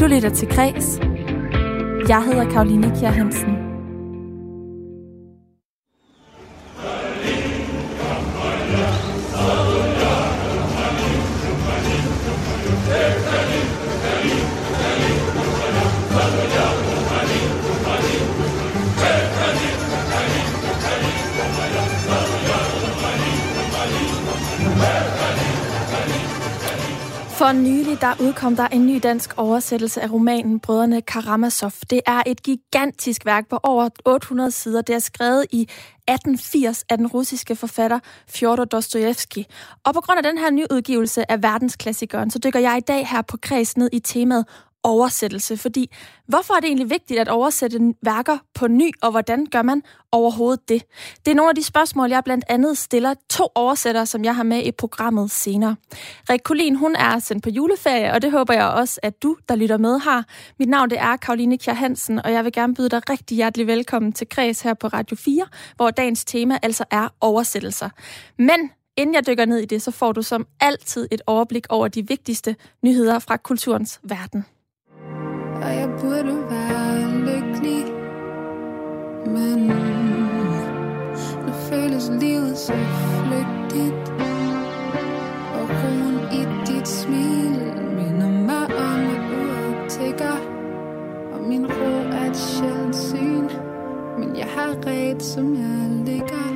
Du lytter til Kreds. Jeg hedder Karoline Kjær Hansen. For nylig der udkom der en ny dansk oversættelse af romanen Brødrene Karamazov. Det er et gigantisk værk på over 800 sider. Det er skrevet i 1880 af den russiske forfatter Fjodor Dostojevskij. Og på grund af den her nyudgivelse af verdensklassikeren, så dykker jeg i dag her på Kreds ned i temaet oversættelse. Fordi hvorfor er det egentlig vigtigt at oversætte værker på ny, og hvordan gør man overhovedet det? Det er nogle af de spørgsmål, jeg blandt andet stiller 2 oversættere, som jeg har med i programmet senere. Rikke Collin, hun er sendt på juleferie, og det håber jeg også, at du, der lytter med, har. Mit navn det er Karoline Kjær Hansen, og jeg vil gerne byde dig rigtig hjertelig velkommen til Kreds her på Radio 4, hvor dagens tema altså er oversættelser. Men inden jeg dykker ned i det, så får du som altid et overblik over de vigtigste nyheder fra kulturens verden. Og jeg burde være lykkelig, men nu føles livet så flygtigt. Og roen i dit smil minder mig om at uret tigger. Og min ro er et sjældent syn, men jeg har ret, som jeg ligger.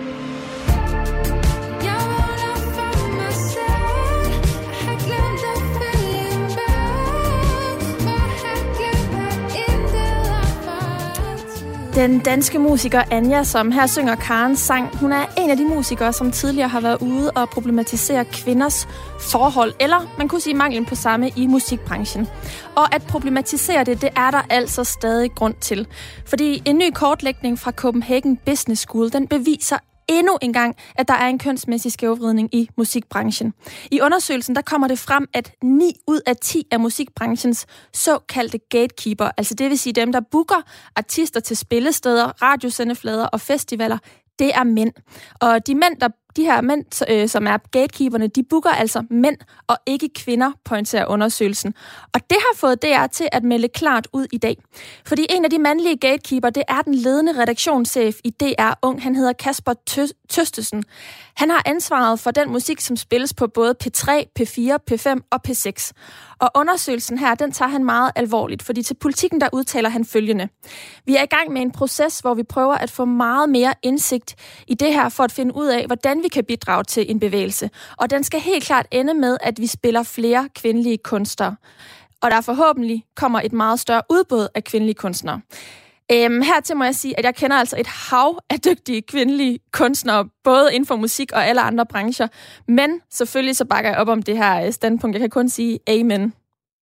Den danske musiker Anja, som her synger Karens sang, hun er en af de musikere, som tidligere har været ude og problematisere kvinders forhold, eller man kunne sige manglen på samme i musikbranchen. Og at problematisere det er der altså stadig grund til. Fordi en ny kortlægning fra Copenhagen Business School, den beviser endnu en gang, at der er en kønsmæssig skævvridning i musikbranchen. I undersøgelsen der kommer det frem, at 9 ud af 10 af musikbranchens såkaldte gatekeeper, altså det vil sige dem, der booker artister til spillesteder, radiosendeflader og festivaler, det er mænd. Og de her mænd, som er gatekeeperne, de booker altså mænd og ikke kvinder, pointerer undersøgelsen. Og det har fået DR til at melde klart ud i dag. Fordi en af de mandlige gatekeeper, det er den ledende redaktionschef i DR Ung. Han hedder Kasper Tøstesen. Han har ansvaret for den musik, som spilles på både P3, P4, P5 og P6. Og undersøgelsen her, den tager han meget alvorligt, fordi til Politikken, der udtaler han følgende. Vi er i gang med en proces, hvor vi prøver at få meget mere indsigt i det her, for at finde ud af, hvordan vi kan bidrage til en bevægelse. Og den skal helt klart ende med, at vi spiller flere kvindelige kunstnere. Og der forhåbentlig kommer et meget større udbud af kvindelige kunstnere. Hertil må jeg sige, at jeg kender altså et hav af dygtige kvindelige kunstnere, både inden for musik og alle andre brancher. Men selvfølgelig så bakker jeg op om det her standpunkt. Jeg kan kun sige amen.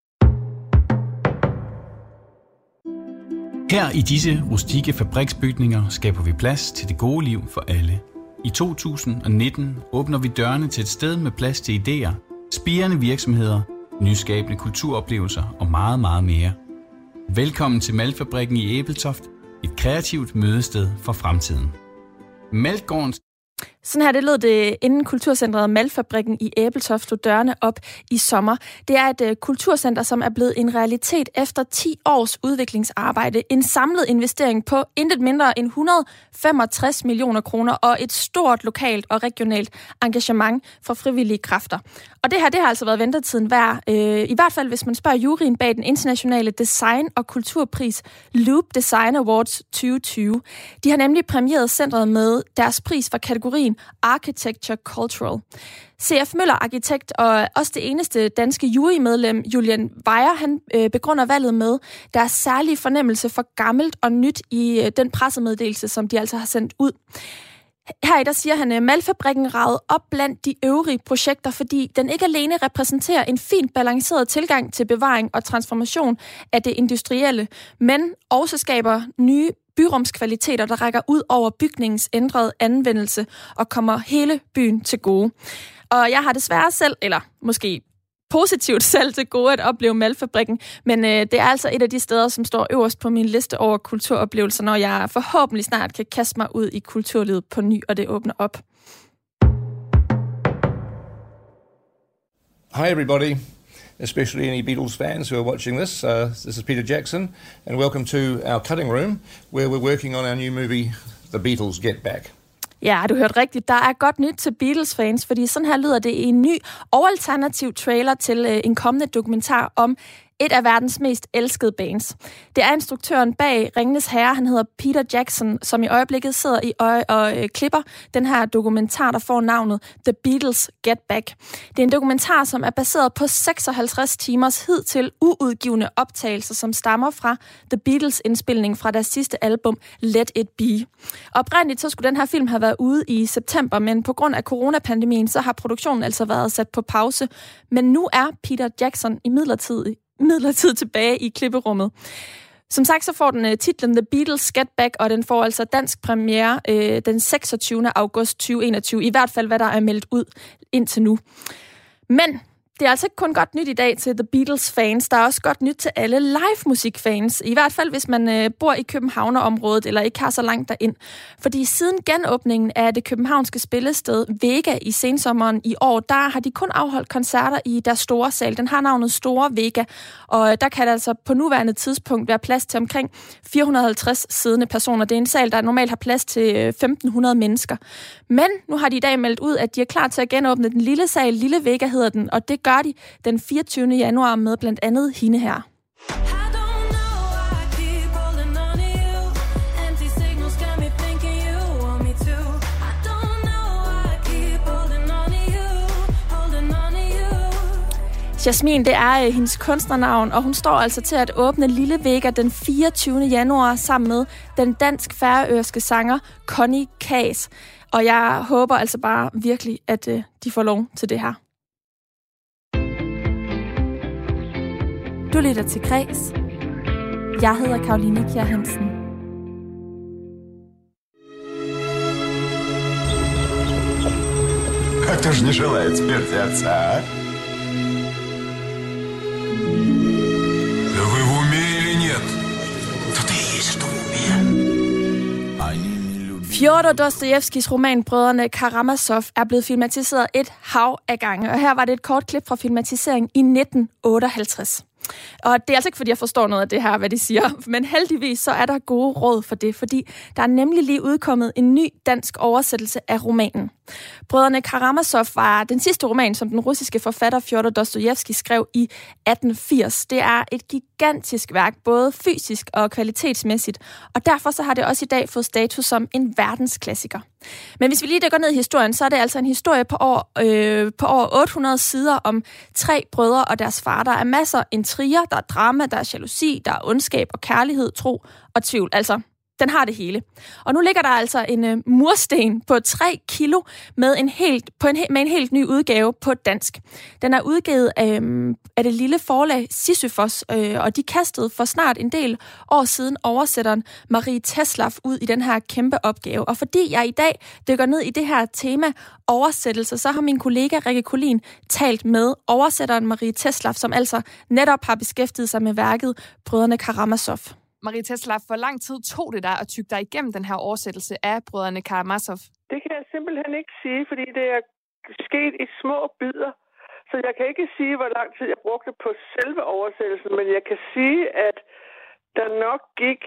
Her i disse rustikke fabriksbygninger skaber vi plads til det gode liv for alle. I 2019 åbner vi dørene til et sted med plads til idéer, spirende virksomheder, nyskabende kulturoplevelser og meget, meget mere. Velkommen til Maltfabrikken i Ebeltoft, et kreativt mødested for fremtiden. Maltgården. Sådan her det lød det, inden Kulturcentret Maltfabrikken i Ebeltoft slog dørene op i sommer. Det er et kulturcenter, som er blevet en realitet efter 10 års udviklingsarbejde. En samlet investering på intet mindre end 165 millioner kroner og et stort lokalt og regionalt engagement for frivillige kræfter. Og det her, det har altså været ventetiden værd. I hvert fald, hvis man spørger juryen bag den internationale design- og kulturpris Loop Design Awards 2020. De har nemlig præmieret centret med deres pris for kategorien Architecture Cultural. C.F. Møller, arkitekt og også det eneste danske jurymedlem, Julian Weyer, han begrunder valget med deres særlige fornemmelse for gammelt og nyt i den pressemeddelelse, som de altså har sendt ud. Heri der siger han, at Maltfabrikken raget op blandt de øvrige projekter, fordi den ikke alene repræsenterer en fint balanceret tilgang til bevaring og transformation af det industrielle, men også skaber nye byrumskvaliteter, der rækker ud over bygningens ændrede anvendelse og kommer hele byen til gode. Og jeg har desværre selv, eller måske positivt selv til gode at opleve Maltfabrikken, men det er altså et af de steder, som står øverst på min liste over kulturoplevelser, når jeg forhåbentlig snart kan kaste mig ud i kulturlivet på ny, og det åbner op. Hi everybody. especially any Beatles fans who are watching this. This is Peter Jackson, and welcome to our cutting room, where we're working on our new movie, The Beatles Get Back. Ja, du hørte rigtigt. Der er godt nyt til Beatles-fans, fordi sådan her lyder det i en ny og alternativ trailer til en kommende dokumentar om et af verdens mest elskede bands. Det er instruktøren bag Ringenes Herre, han hedder Peter Jackson, som i øjeblikket sidder og klipper den her dokumentar, der får navnet The Beatles Get Back. Det er en dokumentar, som er baseret på 56 timers hidtil uudgivne optagelser, som stammer fra The Beatles indspilning fra deres sidste album Let It Be. Oprindeligt så skulle den her film have været ude i september, men på grund af coronapandemien, så har produktionen altså været sat på pause. Men nu er Peter Jackson midlertidigt tilbage i klipperummet. Som sagt, så får den titlen The Beatles Get Back, og den får altså dansk premiere den 26. august 2021. I hvert fald, hvad der er meldt ud indtil nu. Men det er altså ikke kun godt nyt i dag til The Beatles-fans. Der er også godt nyt til alle live-musik-fans. I hvert fald, hvis man bor i Københavnerområdet eller ikke har så langt derind. Fordi siden genåbningen af det københavnske spillested Vega i sensommeren i år, der har de kun afholdt koncerter i deres store sal. Den har navnet Store Vega, og der kan der altså på nuværende tidspunkt være plads til omkring 450 siddende personer. Det er en sal, der normalt har plads til 1.500 mennesker. Men nu har de i dag meldt ud, at de er klar til at genåbne den lille sal. Lille Vega hedder den, og det gør de den 24. januar med blandt andet hende her. Jasmin, det er hendes kunstnernavn, og hun står altså til at åbne Lille Vega den 24. januar sammen med den dansk-færøske sanger Connie Kaas. Og jeg håber altså bare virkelig, at de får lov til det her. Du lytter til Kreds. Jeg hedder Karoline Kjær Hansen. Кто же не желает смерти отца, а? Да вы в уме или нет? Кто-то и есть, что в уме. Fjodor Dostojevskijs roman Brødrene Karamazov er blevet filmatiseret et hav af gange, og her var det et kort klip fra filmatiseringen i 1958. Og det er altså ikke, fordi jeg forstår noget af det her, hvad de siger, men heldigvis så er der gode råd for det, fordi der er nemlig lige udkommet en ny dansk oversættelse af romanen. Brødrene Karamazov var den sidste roman, som den russiske forfatter Fjodor Dostojevskij skrev i 1880. Det er et gigantisk værk, både fysisk og kvalitetsmæssigt, og derfor så har det også i dag fået status som en verdensklassiker. Men hvis vi lige går ned i historien, så er det altså en historie på over 800 sider om 3 brødre og deres far. Der er masser af intriger, der er drama, der er jalousi, der er ondskab og kærlighed, tro og tvivl. Altså, den har det hele. Og nu ligger der altså en mursten på 3 kilo med en helt ny udgave på dansk. Den er udgivet af det lille forlag Sisyfos, og de kastede for snart en del år siden oversætteren Marie Tetzlaff ud i den her kæmpe opgave. Og fordi jeg i dag dykker ned i det her tema oversættelse, så har min kollega Rikke Collin talt med oversætteren Marie Tetzlaff, som altså netop har beskæftiget sig med værket Brødrene Karamazov. Marie Tetzlaff, hvor lang tid tog det dig at tygge dig igennem den her oversættelse af Brødrene Karamazov? Det kan jeg simpelthen ikke sige, fordi det er sket i små bidder. Så jeg kan ikke sige, hvor lang tid jeg brugte på selve oversættelsen, men jeg kan sige, at der nok gik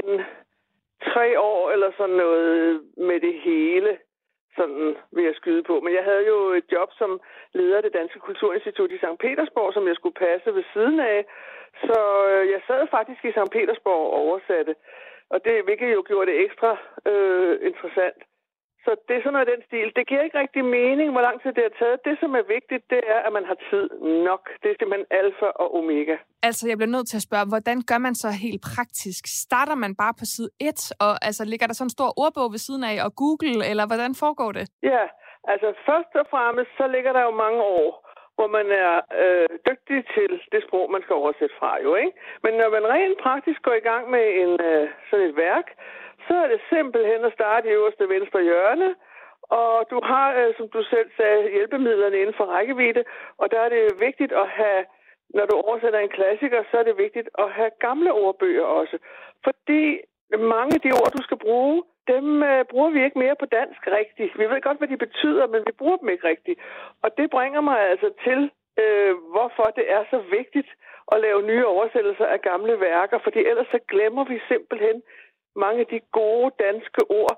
3 år eller sådan noget med det hele, sådan vil jeg skyde på. Men jeg havde jo et job som leder af det Danske Kulturinstitut i St. Petersborg, som jeg skulle passe ved siden af. Så jeg sad faktisk i St. Petersborg og oversatte, og det, hvilket jo gjorde det ekstra interessant. Så det er sådan noget af den stil. Det giver ikke rigtig mening, hvor lang tid det har taget. Det, som er vigtigt, det er, at man har tid nok. Det er simpelthen alfa og omega. Altså, jeg bliver nødt til at spørge, hvordan gør man så helt praktisk? Starter man bare på side 1, og altså, ligger der sådan en stor ordbog ved siden af, og Google, eller hvordan foregår det? Ja, altså først og fremmest, så ligger der jo mange år, hvor man er dygtig til det sprog, man skal oversætte fra, jo, ikke? Men når man rent praktisk går i gang med sådan et værk, så er det simpelthen at starte i øverste venstre hjørne, og du har, som du selv sagde, hjælpemidlerne inden for rækkevidde, og der er det vigtigt at have, når du oversætter en klassiker, så er det vigtigt at have gamle ordbøger også. Fordi mange af de ord, du skal bruge, dem bruger vi ikke mere på dansk rigtigt. Vi ved godt, hvad de betyder, men vi bruger dem ikke rigtigt. Og det bringer mig altså til hvorfor det er så vigtigt at lave nye oversættelser af gamle værker, fordi ellers så glemmer vi simpelthen mange af de gode danske ord,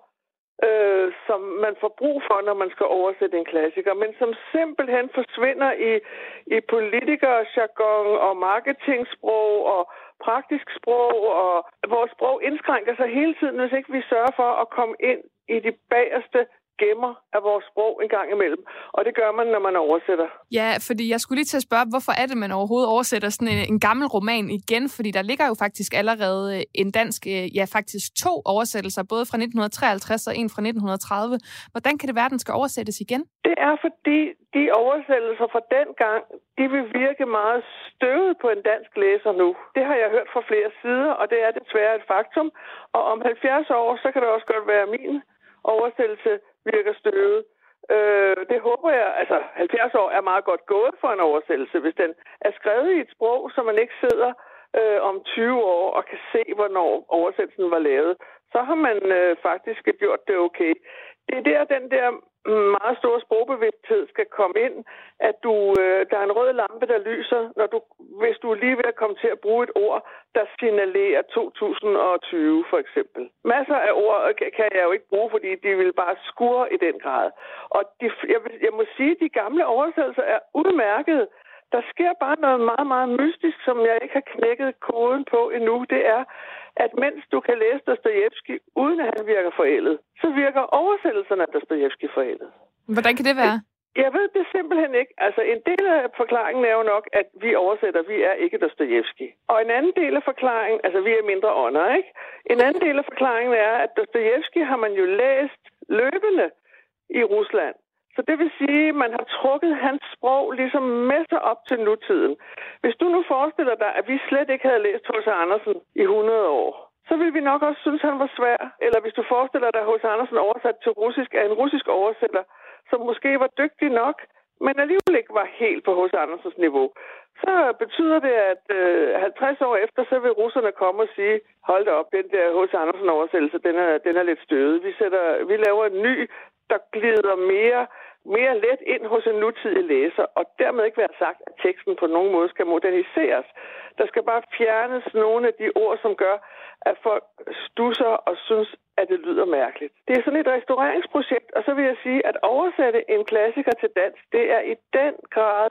som man får brug for, når man skal oversætte en klassiker, men som simpelthen forsvinder i politikerjargon og marketingsprog og praktisk sprog, og vores sprog indskrænker sig hele tiden, hvis ikke vi sørger for at komme ind i de bagerste gemmer af vores sprog en gang imellem. Og det gør man, når man oversætter. Ja, fordi jeg skulle lige til at spørge, hvorfor er det, man overhovedet oversætter sådan en gammel roman igen? Fordi der ligger jo faktisk allerede en dansk, faktisk 2 oversættelser, både fra 1953 og en fra 1930. Hvordan kan det være, at den skal oversættes igen? Det er, fordi de oversættelser fra dengang, de vil virke meget støvet på en dansk læser nu. Det har jeg hørt fra flere sider, og det er desværre et faktum. Og om 70 år, så kan det også godt være min oversættelse virker støvet. Det håber jeg, 70 år er meget godt gået for en oversættelse, hvis den er skrevet i et sprog, så man ikke sidder om 20 år og kan se, hvornår oversættelsen var lavet. Så har man faktisk gjort det okay. Det er den der meget store sprogbevidsthed skal komme ind, at der er en rød lampe, der lyser, hvis du er lige ved at komme til at bruge et ord, der signalerer 2020 for eksempel. Masser af ord kan jeg jo ikke bruge, fordi de vil bare skure i den grad. Og jeg må sige, at de gamle oversættelser er udmærkede. Der sker bare noget meget, meget mystisk, som jeg ikke har knækket koden på endnu. Det er, at mens du kan læse Dostojevskij, uden at han virker forældet, så virker oversættelserne af Dostojevskij forældet. Hvordan kan det være? Jeg ved det simpelthen ikke. En del af forklaringen er jo nok, at vi oversætter, vi er ikke Dostojevskij. Og en anden del af forklaringen, vi er mindre ånder, ikke? En anden del af forklaringen er, at Dostojevskij har man jo læst løbende i Rusland. Så det vil sige, at man har trukket hans sprog ligesom med sig op til nutiden. Hvis du nu forestiller dig, at vi slet ikke havde læst H.C. Andersen i 100 år, så ville vi nok også synes, han var svær. Eller hvis du forestiller dig, at H.C. Andersen oversat til russisk af en russisk oversætter, som måske var dygtig nok, men alligevel ikke var helt på H.C. Andersens niveau, så betyder det, at 50 år efter, så vil russerne komme og sige, hold da op, den der H.C. Andersen oversættelse, den er lidt støvet. Vi laver en ny, der glider mere let ind hos en nutidig læser, og dermed ikke være sagt, at teksten på nogen måde skal moderniseres. Der skal bare fjernes nogle af de ord, som gør, at folk stusser og synes, at det lyder mærkeligt. Det er sådan et restaureringsprojekt, og så vil jeg sige, at oversætte en klassiker til dansk, det er i den grad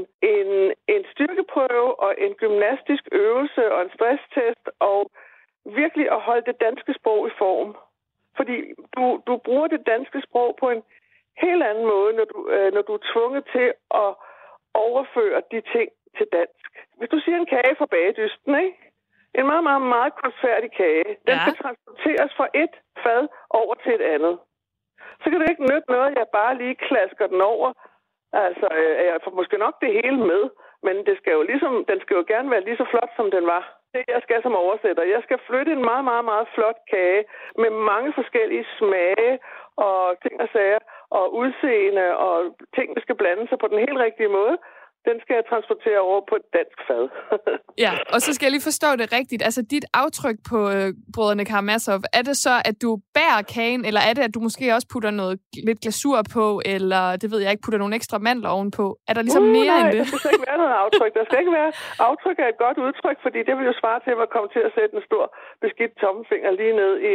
en styrkeprøve og en gymnastisk øvelse og en stresstest, og virkelig at holde det danske sprog i form. Fordi du bruger det danske sprog på en helt anden måde, når du er tvunget til at overføre de ting til dansk. Hvis du siger en kage fra bagedysten, ikke? En meget, meget, meget kunstfærdig kage. Den skal transporteres fra et fad over til et andet. Så kan det ikke nytte noget, at jeg bare lige klasker den over. Jeg får måske nok det hele med, men den skal jo gerne være lige så flot, som den var. Det jeg skal som oversætter. Jeg skal flytte en meget, meget, meget flot kage med mange forskellige smage og ting og sager og udseende og ting, der skal blande sig på den helt rigtige måde. Den skal jeg transportere over på et dansk fad. Ja, og så skal jeg lige forstå det rigtigt. Altså dit aftryk på brødrene Karamazov, er det så, at du bærer kagen, eller er det, at du måske også putter lidt glasur på, eller det ved jeg ikke, putter nogle ekstra mandler ovenpå? Er der ligesom mere end det? Der skal ikke være noget aftryk. Der skal ikke være aftryk er et godt udtryk, fordi det vil jo svare til at komme til at sætte en stor beskidt tommelfinger lige ned i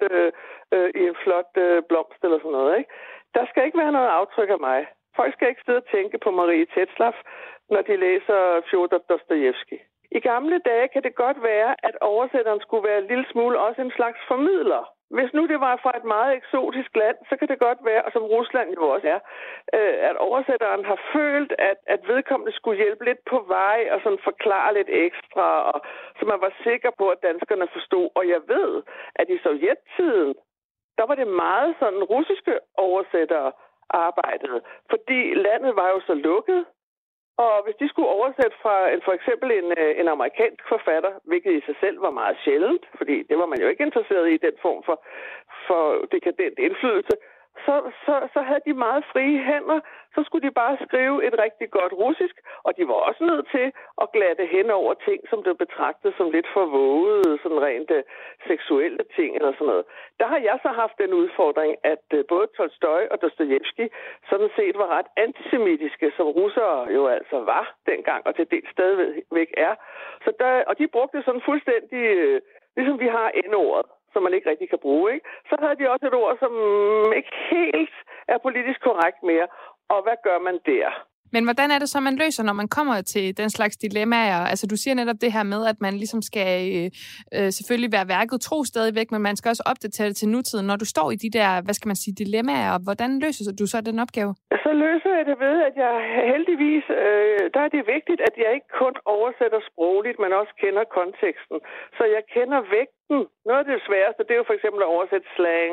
en flot blomst eller sådan noget, ikke? Der skal ikke være noget aftryk af mig. Folk skal ikke sidde og tænke på Marie Tetzlaff, når de læser Fjodor Dostojevskij. I gamle dage kan det godt være, at oversætteren skulle være en lille smule også en slags formidler. Hvis nu det var fra et meget eksotisk land, så kan det godt være, og som Rusland jo også er, at oversætteren har følt, at vedkommende skulle hjælpe lidt på vej og sådan forklare lidt ekstra, og så man var sikker på, at danskerne forstod. Og jeg ved, at i sovjettiden, der var det meget sådan russiske oversættere, arbejdede, fordi landet var jo så lukket, og hvis de skulle oversætte fra for eksempel en amerikansk forfatter, hvilket i sig selv var meget sjældent, fordi det var man jo ikke interesseret i den form for dekadent indflydelse, så havde de meget frie hænder. Så skulle de bare skrive et rigtig godt russisk, og de var også nødt til at glatte hen over ting, som blev betragtet som lidt for vågede, sådan rent seksuelle ting eller sådan noget. Der har jeg så haft den udfordring, at både Tolstoj og Dostojevskij sådan set var ret antisemitiske, som russere jo altså var dengang, og til dels stadigvæk er. Og de brugte sådan fuldstændig, ligesom vi har N-ordet, som man ikke rigtig kan bruge, ikke? Så havde de også et ord, som ikke helt er politisk korrekt mere. Og hvad gør man der? Men hvordan er det så, man løser, når man kommer til den slags dilemmaer? Altså, du siger netop det her med, at man ligesom skal selvfølgelig være værket tro stadigvæk, men man skal også opdatere det til nutiden. Når du står i de der, hvad skal man sige, dilemmaer, hvordan løser du så den opgave? Så løser jeg det ved, at jeg heldigvis, der er det vigtigt, at jeg ikke kun oversætter sprogligt, men også kender konteksten. Så jeg kender vægten. Noget af det sværeste, det er jo for eksempel at oversætte slang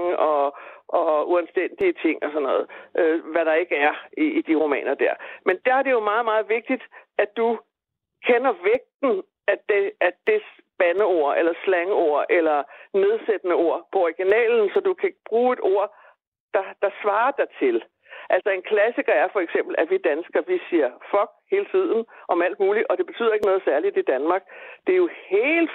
og uanstændige ting og sådan noget, hvad der ikke er i de romaner der. Men der er det jo meget, meget vigtigt, at du kender vægten af det bandeord, eller slangord, eller nedsættende ord på originalen, så du kan bruge et ord, der svarer dertil. Altså en klassiker er for eksempel, at vi danskere, vi siger fuck hele tiden om alt muligt, og det betyder ikke noget særligt i Danmark. Det er jo helt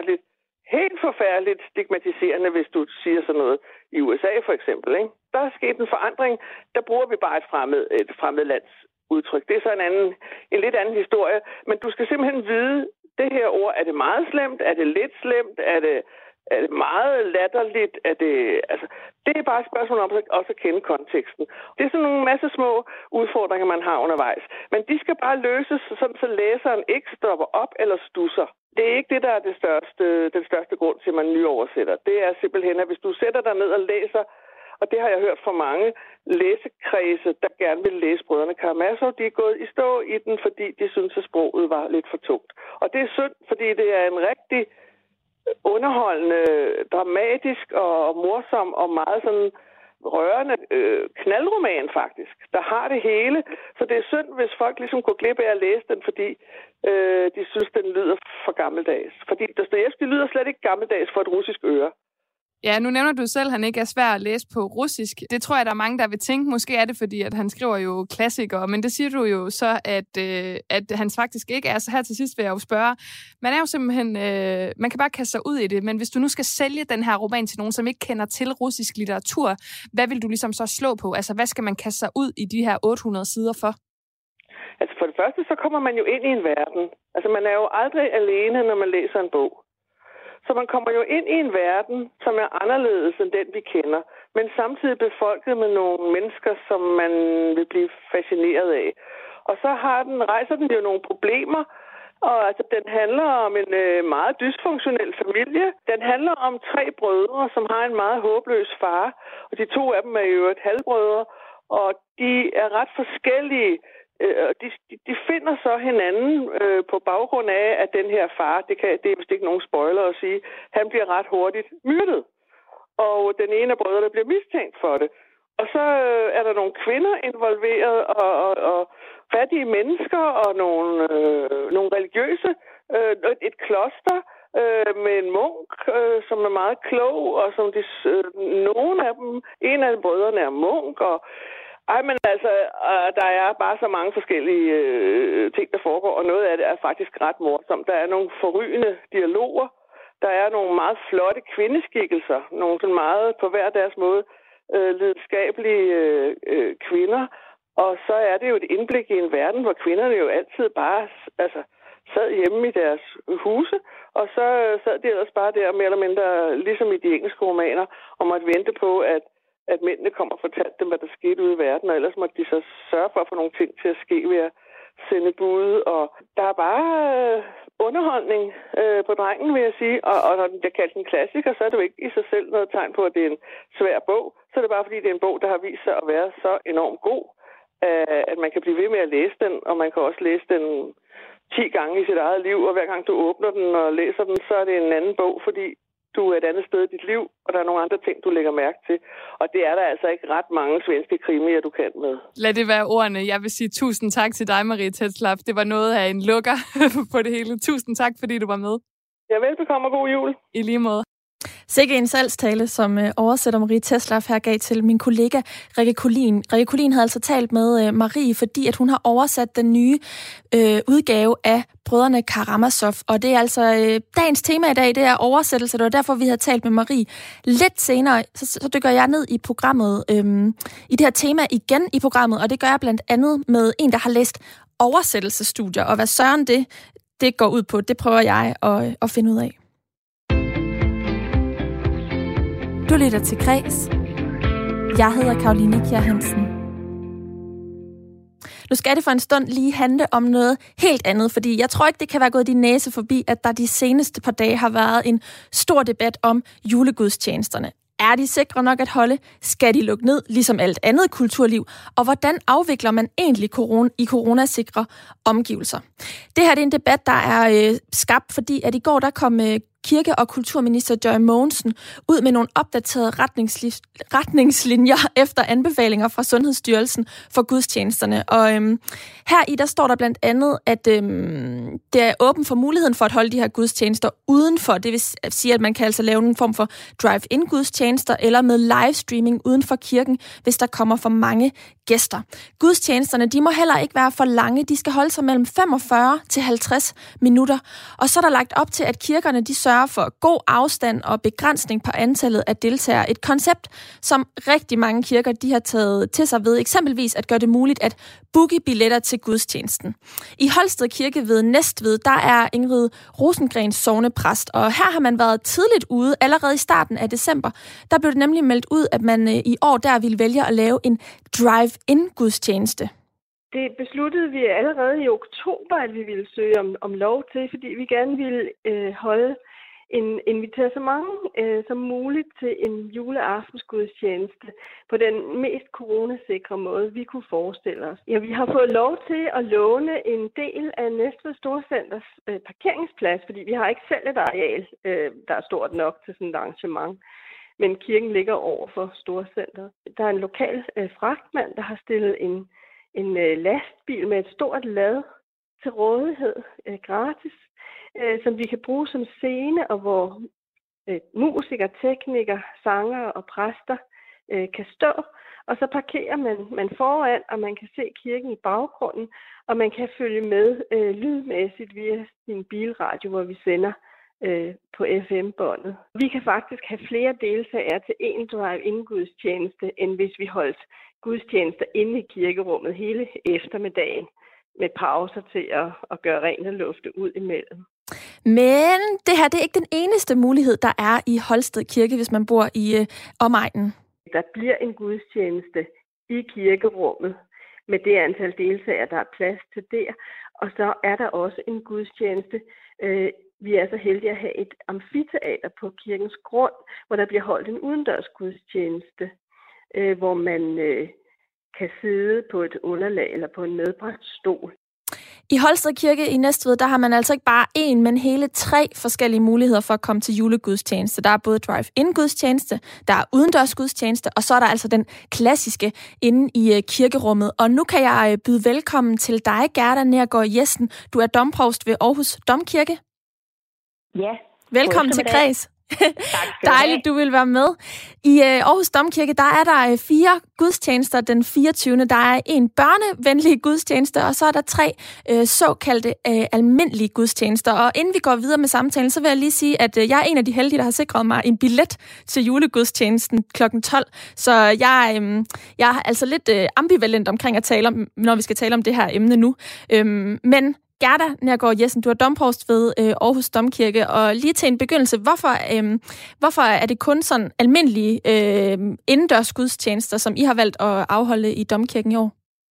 forfærdeligt stigmatiserende, hvis du siger sådan noget i USA for eksempel. Ikke? Der er sket en forandring. Der bruger vi bare et fremmedlands udtryk. Det er så en lidt anden historie. Men du skal simpelthen vide, det her ord, er det meget slemt? Er det lidt slemt? Er det meget latterligt? Det er bare et spørgsmål om også at kende konteksten. Det er sådan nogle masse små udfordringer, man har undervejs. Men de skal bare løses, sådan så læseren ikke stopper op eller stusser. Det er ikke det, der er den største grund til, at man nyoversætter. Det er simpelthen, at hvis du sætter dig ned og læser, og det har jeg hørt fra mange læsekredse, der gerne vil læse Brødrene Karamazov, de er gået i stå i den, fordi de synes, at sproget var lidt for tungt. Og det er synd, fordi det er en rigtig underholdende, dramatisk og morsom og meget sådan rørende knaldroman faktisk, der har det hele. Så det er synd, hvis folk ligesom går glip af at læse den, fordi de synes, den lyder for gammeldags. Fordi Dostojevskij lyder slet ikke gammeldags for et russisk øre. Ja, nu nævner du selv, at han ikke er svær at læse på russisk. Det tror jeg, der er mange, der vil tænke. Måske er det, fordi at han skriver jo klassikere, men det siger du jo så, at han faktisk ikke er. Så her til sidst vil jeg jo spørge. Man er jo simpelthen, man kan bare kaste sig ud i det, men hvis du nu skal sælge den her roman til nogen, som ikke kender til russisk litteratur, hvad vil du ligesom så slå på? Altså, hvad skal man kaste sig ud i de her 800 sider for? Altså, for det første, så kommer man jo ind i en verden. Altså, man er jo aldrig alene, når man læser en bog. Så man kommer jo ind i en verden, som er anderledes end den, vi kender, men samtidig befolket med nogle mennesker, som man vil blive fascineret af. Og så rejser den jo nogle problemer, og altså, den handler om en meget dysfunktionel familie. Den handler om 3 brødre, som har en meget håbløs far, og de 2 af dem er jo halvbrødre, og de er ret forskellige. De finder så hinanden på baggrund af, at den her far, det er vist ikke nogen spoiler at sige, han bliver ret hurtigt myrdet. Og den ene af brødrene bliver mistænkt for det. Og så er der nogle kvinder involveret, og fattige mennesker, og nogle religiøse, et kloster med en munk, som er meget klog, og som nogle af dem, en af brødrene er munk, og men altså, der er bare så mange forskellige ting, der foregår, og noget af det er faktisk ret morsomt. Der er nogle forrygende dialoger, der er nogle meget flotte kvindeskikkelser, nogle sådan meget på hver deres måde lidenskabelige kvinder, og så er det jo et indblik i en verden, hvor kvinderne jo altid bare sad hjemme i deres huse, og så sad de ellers bare der mere eller mindre, ligesom i de engelske romaner, og måtte vente på, at mændene kom og fortalte dem, hvad der skete ude i verden, og ellers måtte de så sørge for at få nogle ting til at ske ved at sende bud, og der er bare underholdning på drengen, vil jeg sige, og når den bliver kaldt en klassiker, så er det jo ikke i sig selv noget tegn på, at det er en svær bog, så er det bare fordi, det er en bog, der har vist sig at være så enormt god, at man kan blive ved med at læse den, og man kan også læse den 10 gange i sit eget liv, og hver gang du åbner den og læser den, så er det en anden bog, fordi du er et andet sted i dit liv, og der er nogle andre ting, du lægger mærke til. Og det er der altså ikke ret mange svenske krimier, du kan med. Lad det være ordene. Jeg vil sige tusind tak til dig, Marie Tetzlaff. Det var noget af en lukker på det hele. Tusind tak, fordi du var med. Ja, velbekomme og god jul. I lige måde. Sikke en salgstale, som oversætter Marie Tetzlaff her gav til min kollega Rikke Collin. Rikke Collin havde altså talt med Marie, fordi at hun har oversat den nye udgave af Brødrene Karamazov. Og det er altså dagens tema i dag, det er oversættelse. Det var derfor, vi havde talt med Marie. Lidt senere, så dykker jeg ned i programmet, i det her tema igen i programmet, og det gør jeg blandt andet med en, der har læst oversættelsesstudier. Og hvad søren det går ud på, det prøver jeg at finde ud af. Du lytter til Græs. Jeg hedder Karoline Kjær Hansen. Nu skal det for en stund lige handle om noget helt andet, fordi jeg tror ikke, det kan være gået din næse forbi, at der de seneste par dage har været en stor debat om julegudstjenesterne. Er de sikre nok at holde? Skal de lukke ned, ligesom alt andet kulturliv? Og hvordan afvikler man egentlig i coronasikre omgivelser? Det her det er en debat, der er skabt, fordi at i går der kom kirke- og kulturminister Joy Mogensen ud med nogle opdaterede retningslinjer efter anbefalinger fra Sundhedsstyrelsen for gudstjenesterne. Og her i der står der blandt andet, at det er åben for muligheden for at holde de her gudstjenester udenfor. Det vil sige, at man kan altså lave en form for drive-in gudstjenester eller med livestreaming uden for kirken, hvis der kommer for mange gæster. Gudstjenesterne, de må heller ikke være for lange. De skal holde sig mellem 45 til 50 minutter. Og så er der lagt op til, at kirkerne de sørger for god afstand og begrænsning på antallet af deltagere. Et koncept, som rigtig mange kirker de har taget til sig ved, eksempelvis at gøre det muligt at booke billetter til gudstjenesten. I Holsted Kirke ved Næstved, der er Ingrid Rosengrens sognepræst, og her har man været tidligt ude. Allerede i starten af december, der blev det nemlig meldt ud, at man i år der ville vælge at lave en drive-in gudstjeneste. Det besluttede vi allerede i oktober, at vi ville søge om lov til, fordi vi gerne ville invitere så mange som muligt til en juleaftensgudstjeneste på den mest coronasikre måde, vi kunne forestille os. Ja, vi har fået lov til at låne en del af Næstved Storcenters parkeringsplads, fordi vi har ikke selv et areal, der er stort nok til sådan et arrangement. Men kirken ligger over for Storcenteret. Der er en lokal fragtmand, der har stillet en lastbil med et stort lad til rådighed gratis, som vi kan bruge som scene, og hvor musikere, teknikere, sangere og præster kan stå. Og så parkerer man foran, og man kan se kirken i baggrunden, og man kan følge med lydmæssigt via sin bilradio, hvor vi sender på FM-båndet. Vi kan faktisk have flere deltagere til en drive-in-gudstjeneste, end hvis vi holdt gudstjenester inde i kirkerummet hele eftermiddagen, med pauser til at gøre rent og lufte ud imellem. Men det her det er ikke den eneste mulighed, der er i Holsted Kirke, hvis man bor i omegnen. Der bliver en gudstjeneste i kirkerummet med det antal deltagere, der er plads til der. Og så er der også en gudstjeneste. Vi er så heldige at have et amfiteater på kirkens grund, hvor der bliver holdt en udendørs gudstjeneste, hvor man kan sidde på et underlag eller på en medbragt stol. I Holsted Kirke i Næstved, der har man altså ikke bare én, men hele 3 forskellige muligheder for at komme til julegudstjeneste. Der er både drive-in-gudstjeneste, der er udendørs-gudstjeneste, og så er der altså den klassiske inde i kirkerummet. Og nu kan jeg byde velkommen til dig, Gerda Neergaard Jessen. Du er domprovst ved Aarhus Domkirke. Ja. Velkommen til Græs. Dejligt, du vil være med. I Aarhus Domkirke, der er der 4 gudstjenester den 24. Der er en børnevenlig gudstjeneste, og så er der 3 såkaldte almindelige gudstjenester. Og inden vi går videre med samtalen, så vil jeg lige sige, at jeg er en af de heldige, der har sikret mig en billet til julegudstjenesten kl. 12. Så jeg er altså lidt ambivalent omkring at tale om, når vi skal tale om det her emne nu. Men Gerda Neergaard Jessen, du er domprovst ved Aarhus Domkirke, og lige til en begyndelse, hvorfor er det kun sådan almindelige indendørs gudstjenester, som I har valgt at afholde i Domkirken i år?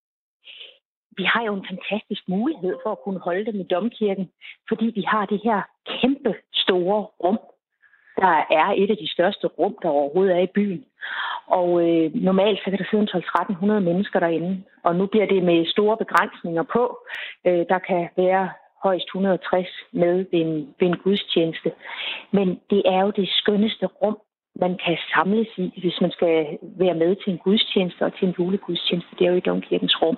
Vi har jo en fantastisk mulighed for at kunne holde dem i Domkirken, fordi vi har det her kæmpe store rum. Der er et af de største rum, der overhovedet er i byen. Og normalt så kan der sidde 1200-1300 mennesker derinde. Og nu bliver det med store begrænsninger på. Der kan være højst 160 med ved en gudstjeneste. Men det er jo det skønneste rum, man kan samles i, hvis man skal være med til en gudstjeneste og til en julegudstjeneste. Det er jo i Domkirkens rum.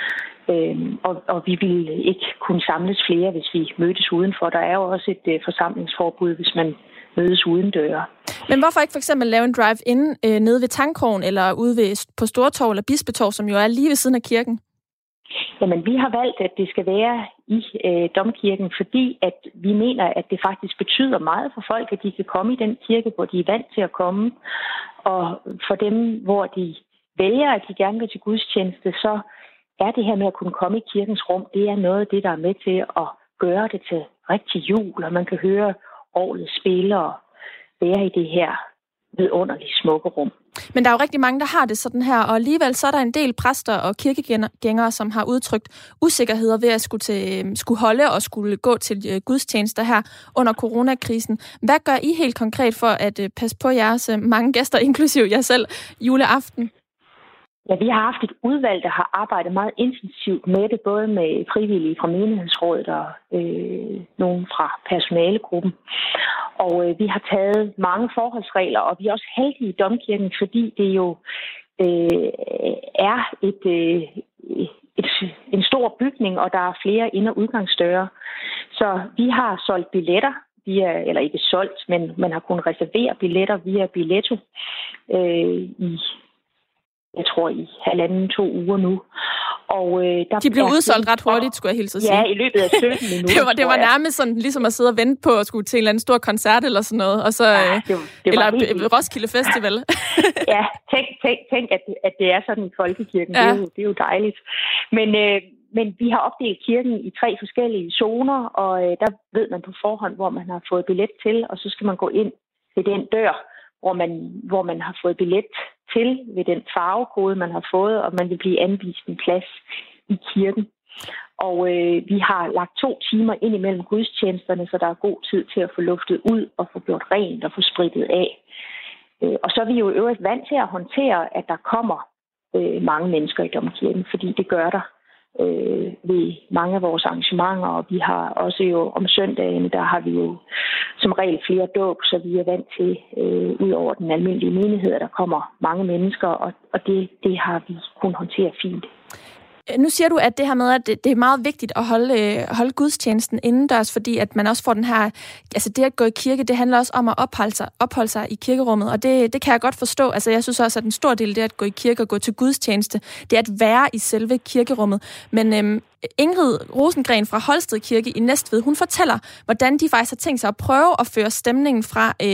Og vi ville ikke kunne samles flere, hvis vi mødtes udenfor. Der er jo også et forsamlingsforbud, hvis man mødes udendøre. Men hvorfor ikke for eksempel lave en drive-in nede ved Tangkrogen, eller ude på Stortorv eller Bispetorv, som jo er lige ved siden af kirken? Jamen, vi har valgt, at det skal være i domkirken, fordi at vi mener, at det faktisk betyder meget for folk, at de kan komme i den kirke, hvor de er vant til at komme. Og for dem, hvor de vælger, at de gerne vil til gudstjeneste, så er det her med at kunne komme i kirkens rum, det er noget af det, der er med til at gøre det til rigtig jul, og man kan høre orglet spille og være i det her vidunderligt smukke rum. Men der er jo rigtig mange, der har det sådan her, og alligevel så er der en del præster og kirkegængere, som har udtrykt usikkerheder ved at skulle holde og skulle gå til gudstjenester her under coronakrisen. Hvad gør I helt konkret for at passe på jeres mange gæster, inklusive jer selv, juleaften? Ja, vi har haft et udvalg, der har arbejdet meget intensivt med det, både med frivillige fra menighedsrådet og nogen fra personalegruppen. Og vi har taget mange forholdsregler, og vi er også heldige i domkirken, fordi det jo er en stor bygning, og der er flere ind- og udgangsdøre. Så vi har solgt billetter, eller ikke solgt, men man har kunnet reservere billetter via Billetto jeg tror i 1,5-2 uger nu. Og de blev udsolgt ret hurtigt, skulle jeg hilse at sige. Ja, i løbet af 17 minutter. det var nærmest sådan, ligesom at sidde og vente på at skulle til en eller anden stor koncert eller sådan noget. Og så, eller Roskilde Festival. Ja, tænk at det er sådan i folkekirken. Ja. Det er jo dejligt. Men vi har opdelt kirken i 3 forskellige zoner, og der ved man på forhånd, hvor man har fået billet til, og så skal man gå ind til den dør, hvor man har fået billet til ved den farvekode, man har fået, og man vil blive anvist en plads i kirken. Og vi har lagt 2 timer ind imellem gudstjenesterne, så der er god tid til at få luftet ud og få gjort rent og få spritet af. Og så er vi jo i øvrigt vant til at håndtere, at der kommer mange mennesker i domkirken, fordi det gør der ved mange af vores arrangementer, og vi har også jo om søndagen, der har vi jo som regel flere dåb, så vi er vant til ud over den almindelige menighed, at der kommer mange mennesker, og det har vi kunnet håndtere fint. Nu siger du, at det her med, at det er meget vigtigt at holde gudstjenesten indendørs, fordi at man også får den her, altså det at gå i kirke, det handler også om at opholde sig i kirkerummet, og det kan jeg godt forstå. Altså jeg synes også, at en stor del af det at gå i kirke og gå til gudstjeneste, det er at være i selve kirkerummet. Men Ingrid Rosengren fra Holsted Kirke i Næstved, hun fortæller, hvordan de faktisk har tænkt sig at prøve at føre stemningen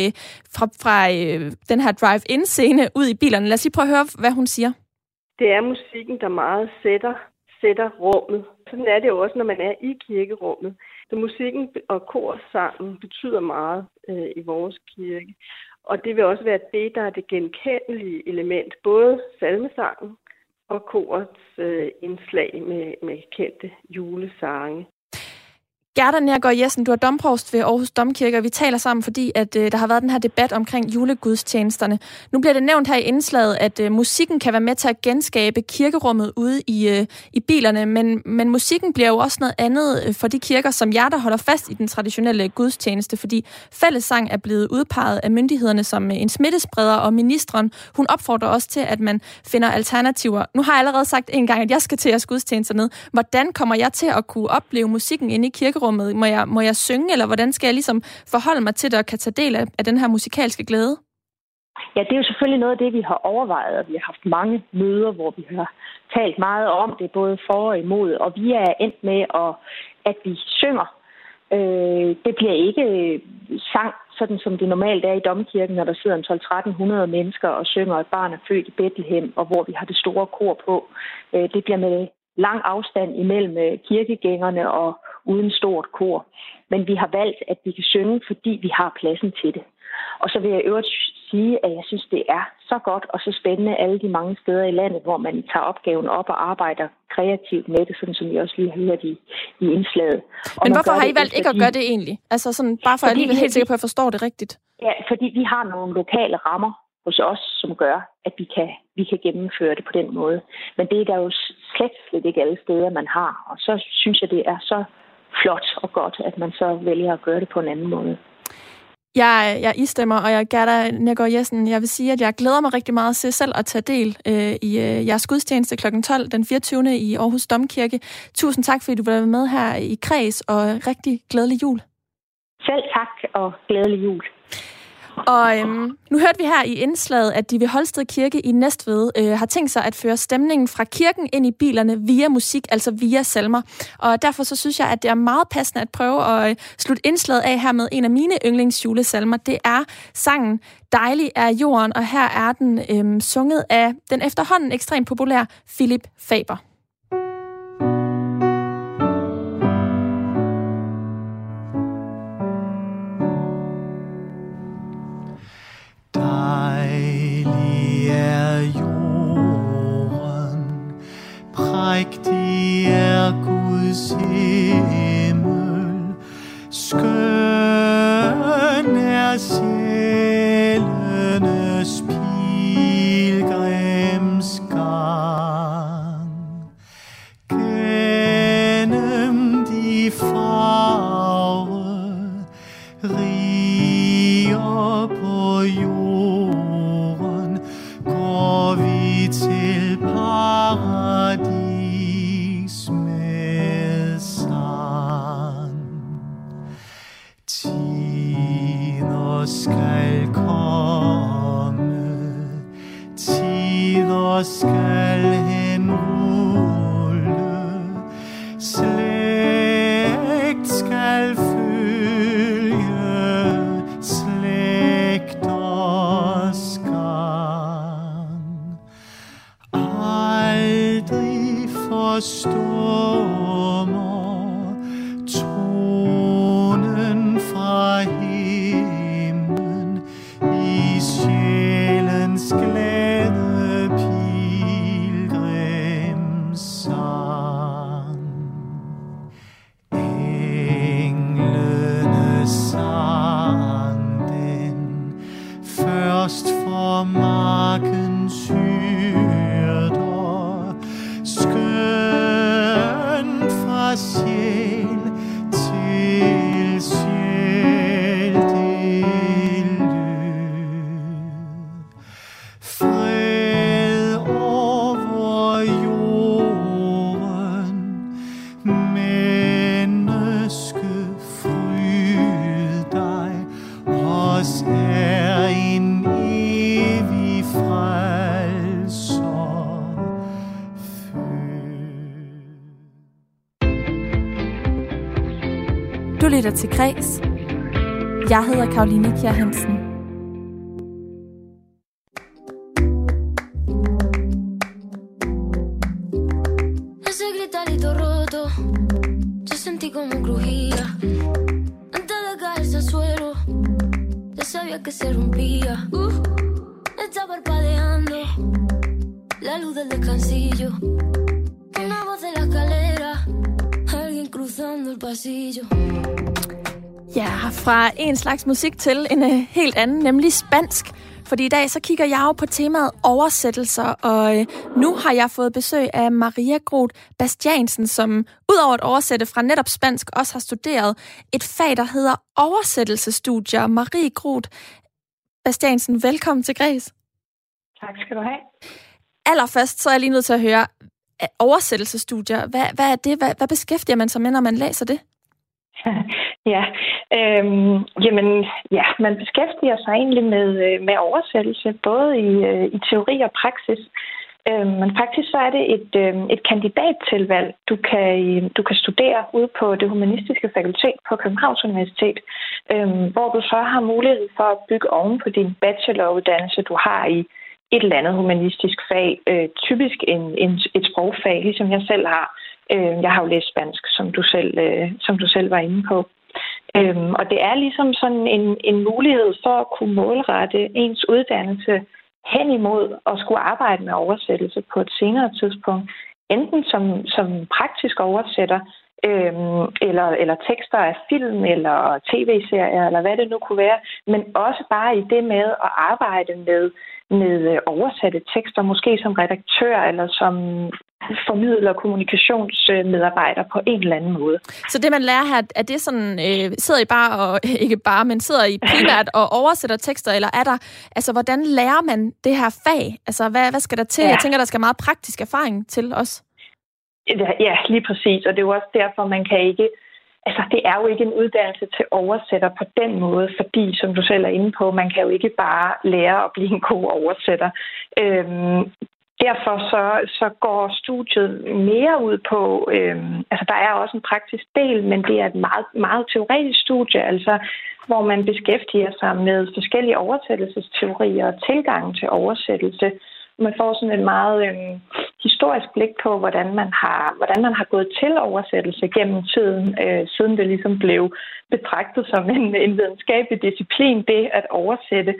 fra den her drive-in-scene ud i bilerne. Lad os lige prøve at høre, hvad hun siger. Det er musikken, der meget sætter rummet. Sådan er det jo også, når man er i kirkerummet. Så musikken og korsangen betyder meget i vores kirke. Og det vil også være det, der er det genkendelige element. Både salmesangen og korets indslag med kendte julesange. Gerda Neergaard Jessen, du er domprovst ved Aarhus Domkirke, og vi taler sammen, fordi at der har været den her debat omkring julegudstjenesterne. Nu bliver det nævnt her i indslaget, at musikken kan være med til at genskabe kirkerummet ude i bilerne, men musikken bliver jo også noget andet for de kirker, som jer, der holder fast i den traditionelle gudstjeneste, fordi fællessang er blevet udpeget af myndighederne som en smittespreder, og ministeren, hun opfordrer også til, at man finder alternativer. Nu har jeg allerede sagt en gang, at jeg skal til jeres gudstjenester ned. Hvordan kommer jeg til at kunne opleve musikken inde i kirkerummet? Må jeg synge, eller hvordan skal jeg ligesom forholde mig til det og kan tage del af den her musikalske glæde? Ja, det er jo selvfølgelig noget af det, vi har overvejet, og vi har haft mange møder, hvor vi har talt meget om det, både for og imod, og vi er endt med, at vi synger. Det bliver ikke sang, sådan som det normalt er i domkirken, når der sidder en 1200-1300 mennesker og synger, at barn er født i Bethlehem, og hvor vi har det store kor på. Det bliver med lang afstand imellem kirkegængerne og uden stort kor. Men vi har valgt, at vi kan synge, fordi vi har pladsen til det. Og så vil jeg øvrigt sige, at jeg synes, det er så godt og så spændende alle de mange steder i landet, hvor man tager opgaven op og arbejder kreativt med det, sådan som vi også lige har hørt i indslaget. Men hvorfor har I valgt ikke at gøre det egentlig? Altså sådan, bare for at jeg lige er helt sikker på, at jeg forstår det rigtigt. Ja, fordi vi har nogle lokale rammer hos os, som gør, at vi kan gennemføre det på den måde. Men det er der jo slet ikke alle steder, man har. Og så synes jeg, det er så flot og godt, at man så vælger at gøre det på en anden måde. Jeg istemmer, og jeg Gerda Neergaard Jessen, jeg vil sige, at jeg glæder mig rigtig meget til selv at tage del i jeres gudstjeneste kl. 12 den 24. i Aarhus Domkirke. Tusind tak, fordi du var med her i Kreds, og rigtig glædelig jul. Selv tak, og glædelig jul. Og nu hørte vi her i indslaget, at de ved Holsted Kirke i Næstved har tænkt sig at føre stemningen fra kirken ind i bilerne via musik, altså via salmer. Og derfor så synes jeg, at det er meget passende at prøve at slutte indslaget af her med en af mine yndlingsjulesalmer. Det er sangen Dejlig er jorden, og her er den sunget af den efterhånden ekstremt populære Philip Faber. Dejlig er jorden, prægtig er Guds himmel, skøn er sjælenes pilgrimsgang. Gennem de farveriger på jorden går vi til paradis med sang. Tider skal komme, tider skal henrulle, slægt skal følge slægters gang. Aldrig forstummer tonen fra himlen i sjælens glæde pilgrimssang. Englene sang den først for markens hyrder, skøn fra sjæl til sjæl det lød. Fred over jorden, menneske, fryd dig, os er en evig frelser født. Du lytter til Græs. Jeg hedder Karoline Kjær Hansen. Ese gritarito roto, yo sentí como crujía. Antes de caerse al suelo, ya sabía que se rompía. Está parpadeando la luz del descansillo. Una voz de la escalera, alguien cruzando el pasillo. Ja, fra en slags musik til en helt anden, nemlig spansk. Fordi i dag så kigger jeg jo på temaet oversættelser, og nu har jeg fået besøg af Maria Groth Bastiansen, som udover at oversætte fra netop spansk, også har studeret et fag, der hedder oversættelsesstudier. Maria Groth Bastiansen, velkommen til Græs. Tak skal du have. Allerførst så er jeg lige nødt til at høre, oversættelsesstudier, hvad er det? Hvad beskæftiger man sig med, når man læser det? Man beskæftiger sig egentlig med oversættelse, både i teori og praksis. Men faktisk så er det et kandidattilvalg, du kan studere ude på det humanistiske fakultet på Københavns Universitet, hvor du så har mulighed for at bygge oven på din bacheloruddannelse, du har i et eller andet humanistisk fag, typisk et sprogfag, ligesom jeg selv har. Jeg har jo læst spansk, som du selv var inde på. Og det er ligesom sådan en mulighed for at kunne målrette ens uddannelse hen imod at skulle arbejde med oversættelse på et senere tidspunkt. Enten som praktisk oversætter, eller tekster af film, eller tv-serier, eller hvad det nu kunne være, men også bare i det med at arbejde med oversatte tekster, måske som redaktør, eller som formidler kommunikationsmedarbejder på en eller anden måde. Så det, man lærer her, er det sådan, sidder I bare, og ikke bare, men sidder I primært og oversætter tekster, eller er der, altså hvordan lærer man det her fag? Altså hvad skal der til? Ja. Jeg tænker, der skal meget praktisk erfaring til os. Ja, lige præcis, og det er jo også derfor, man kan ikke altså, det er jo ikke en uddannelse til oversætter på den måde, fordi, som du selv er inde på, man kan jo ikke bare lære at blive en god oversætter. Derfor så går studiet mere ud på, altså der er også en praktisk del, men det er et meget, meget teoretisk studie, altså hvor man beskæftiger sig med forskellige oversættelsesteorier og tilgangen til oversættelse. Man får sådan et meget historisk blik på, hvordan man har gået til oversættelse gennem tiden, siden det ligesom blev betragtet som en videnskabelig disciplin, det at oversætte.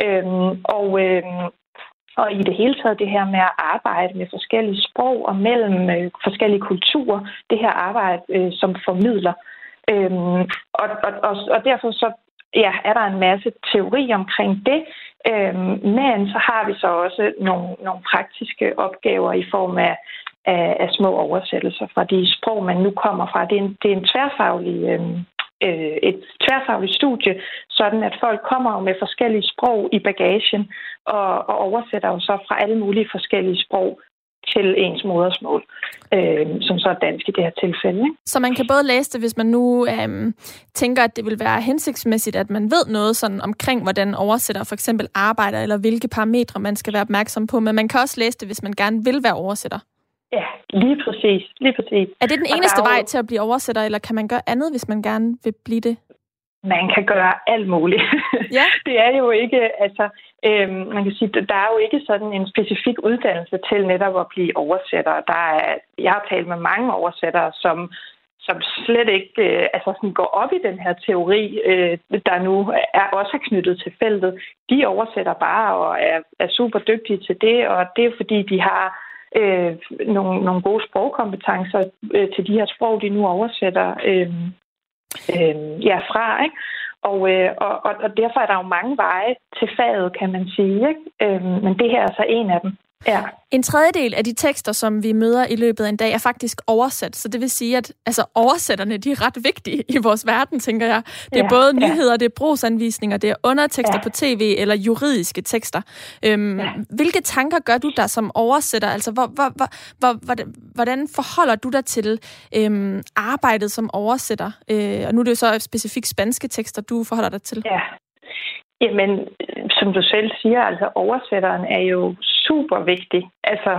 Og i det hele taget det her med at arbejde med forskellige sprog og mellem forskellige kulturer, det her arbejde som formidler. Og derfor så er der en masse teori omkring det, men så har vi så også nogle praktiske opgaver i form af små oversættelser fra de sprog, man nu kommer fra. Det er en tværfagligt studie, sådan at folk kommer med forskellige sprog i bagagen og oversætter jo så fra alle mulige forskellige sprog til ens modersmål, som så er dansk i det her tilfælde. Ikke? Så man kan både læse det, hvis man nu tænker, at det vil være hensigtsmæssigt, at man ved noget sådan omkring, hvordan oversætter for eksempel arbejder, eller hvilke parametre man skal være opmærksom på, men man kan også læse det, hvis man gerne vil være oversætter. Ja, lige præcis. Er det den eneste vej til at blive oversætter, eller kan man gøre andet, hvis man gerne vil blive det? Man kan gøre alt muligt. Ja. Det er jo ikke, altså, man kan sige, der er jo ikke sådan en specifik uddannelse til netop at blive oversætter. Jeg har talt med mange oversættere, som slet ikke sådan går op i den her teori, der nu også er knyttet til feltet. De oversætter bare og er super dygtige til det, og det er fordi, de har nogle gode sprogkompetencer til de her sprog, de nu oversætter fra, ikke? Og derfor er der jo mange veje til faget, kan man sige, ikke? Men det her er så en af dem. Ja. En tredjedel af de tekster, som vi møder i løbet af en dag, er faktisk oversat. Så det vil sige, at oversætterne, de er ret vigtige i vores verden, tænker jeg. Det er både nyheder, det er brugsanvisninger, det er undertekster på tv eller juridiske tekster. Hvilke tanker gør du der som oversætter? Altså, hvordan forholder du dig til arbejdet som oversætter? Og nu er det jo så specifikt spanske tekster, du forholder dig til. Ja. Jamen, som du selv siger, altså oversætteren er jo super vigtig, altså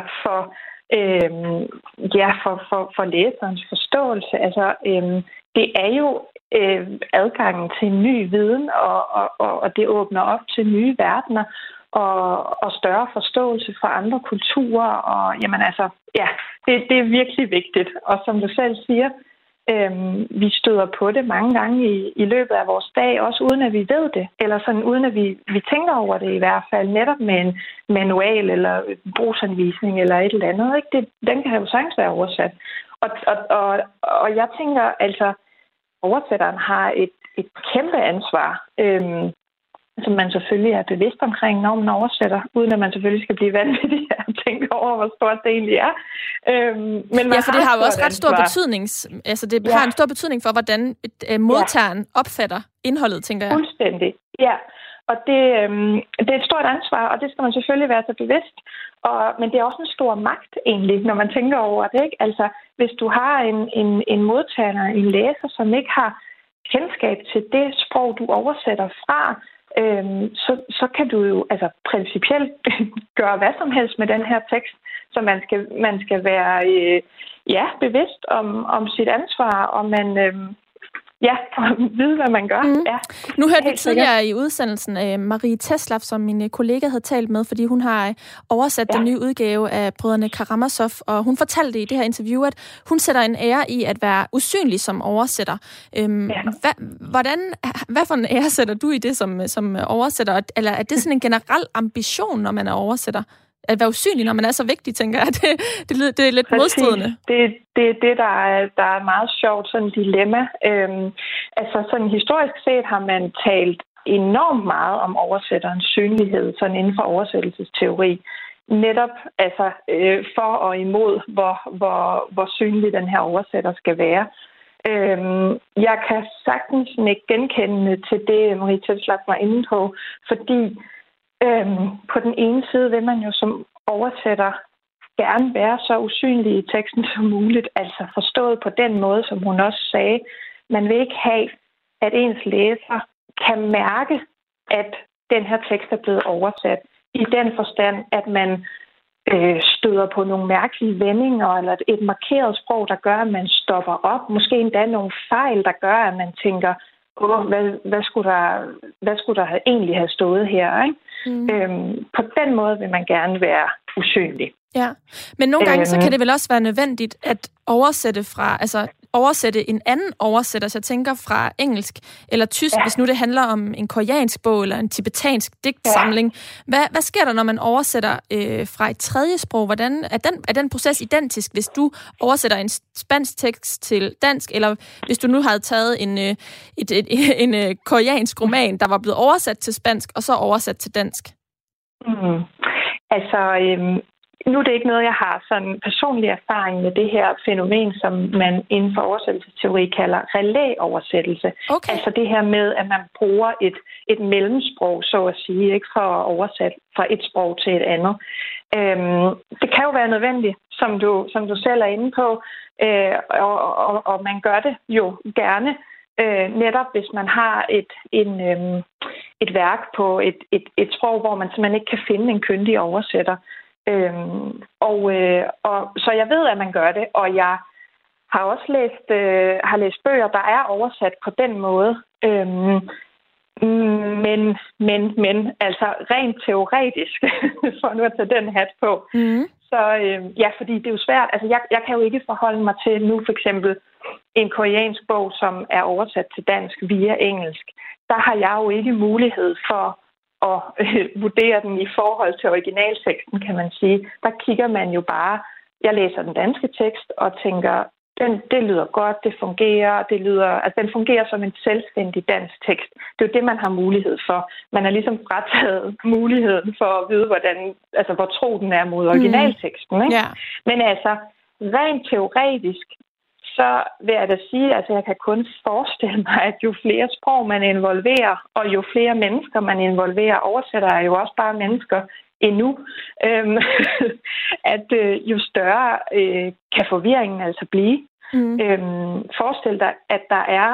for læserens forståelse. Altså, det er jo adgangen til ny viden, og det åbner op til nye verdener og større forståelse for andre kulturer. Og jamen altså, det er virkelig vigtigt. Og som du selv siger, vi støder på det mange gange i løbet af vores dag, også uden at vi ved det, eller sådan uden at vi tænker over det i hvert fald, netop med en manual eller brugsanvisning eller et eller andet. Ikke? Den kan jo sagtens være oversat. Og jeg tænker, altså, oversætteren har et kæmpe ansvar, som man selvfølgelig er bevidst omkring, når man oversætter, uden at man selvfølgelig skal blive vanvittig at tænke over, hvor stort det egentlig er. Men for det har jo også ret stor betydning. Altså, det har en stor betydning for, hvordan modtageren opfatter indholdet, tænker jeg. Fuldstændig, ja. Og det er et stort ansvar, og det skal man selvfølgelig være så bevidst. Men det er også en stor magt, egentlig, når man tænker over det. Ikke? Altså, hvis du har en modtager, en læser, som ikke har kendskab til det sprog, du oversætter fra, så kan du jo altså principielt gøre hvad som helst med den her tekst, så man skal være bevidst om sit ansvar, og man vide, hvad man gør. Ja. Nu hørte vi tidligere i udsendelsen Marie Tetzlaff, som min kollega havde talt med, fordi hun har oversat den nye udgave af Brødrene Karamazov, og hun fortalte i det her interview, at hun sætter en ære i at være usynlig som oversætter. Hvad for en ære sætter du i det som oversætter? Eller er det sådan en generel ambition, når man er oversætter? At være usynlig, når man er så vigtig, tænker jeg. Det er lidt modstridende. Det er det, der er meget sjovt, sådan et dilemma. Altså sådan historisk set har man talt enormt meget om oversætterens synlighed, sådan inden for oversættelsesteori. Netop altså for og imod, hvor synlig den her oversætter skal være. Jeg kan sagtens ikke genkende til det, Marie Tetzlaff var inde på, fordi på den ene side vil man jo som oversætter gerne være så usynlig i teksten som muligt, altså forstået på den måde, som hun også sagde, Man vil ikke have, at ens læser kan mærke, at den her tekst er blevet oversat. I den forstand, at man støder på nogle mærkelige vendinger, eller et markeret sprog, der gør, at man stopper op. Måske endda nogle fejl, der gør, at man tænker, hvad skulle der egentlig have stået her? Ikke? På den måde vil man gerne være usynlig. Ja, men nogle gange så kan det vel også være nødvendigt at oversætte en anden oversætter, så jeg tænker fra engelsk eller tysk, hvis nu det handler om en koreansk bog eller en tibetansk digtsamling. Hvad sker der, når man oversætter fra et tredje sprog? Hvordan er den proces identisk, hvis du oversætter en spansk tekst til dansk, eller hvis du nu havde taget en koreansk roman, der var blevet oversat til spansk, og så oversat til dansk? Nu er det ikke noget, jeg har sådan personlig erfaring med det her fænomen, som man inden for oversættelsesteori kalder relæoversættelse. Okay. Altså det her med, at man bruger et mellemsprog, så at sige, ikke, for at oversætte fra et sprog til et andet. Det kan jo være nødvendigt, som du selv er inde på, og man gør det jo gerne, netop hvis man har et værk på et sprog, hvor man simpelthen ikke kan finde en kyndig oversætter. Så jeg ved, at man gør det, og jeg har også læst bøger, der er oversat på den måde. Men altså rent teoretisk, for nu at tage den hat på. Så fordi det er jo svært. Altså jeg kan jo ikke forholde mig til nu for eksempel en koreansk bog, som er oversat til dansk via engelsk. Der har jeg jo ikke mulighed for og vurdere den i forhold til originalteksten, kan man sige. Der kigger man jo bare, jeg læser den danske tekst og tænker, det lyder godt, det fungerer, den fungerer som en selvstændig dansk tekst. Det er jo det, man har mulighed for. Man har ligesom frataget muligheden for at vide, hvor tro den er mod originalteksten. Ikke? Yeah. Men altså, rent teoretisk, så vil jeg da sige, at jeg kan kun forestille mig, at jo flere sprog man involverer, og jo flere mennesker man involverer, oversætter er jo også bare mennesker endnu, at jo større kan forvirringen altså blive. Forestil dig, at der er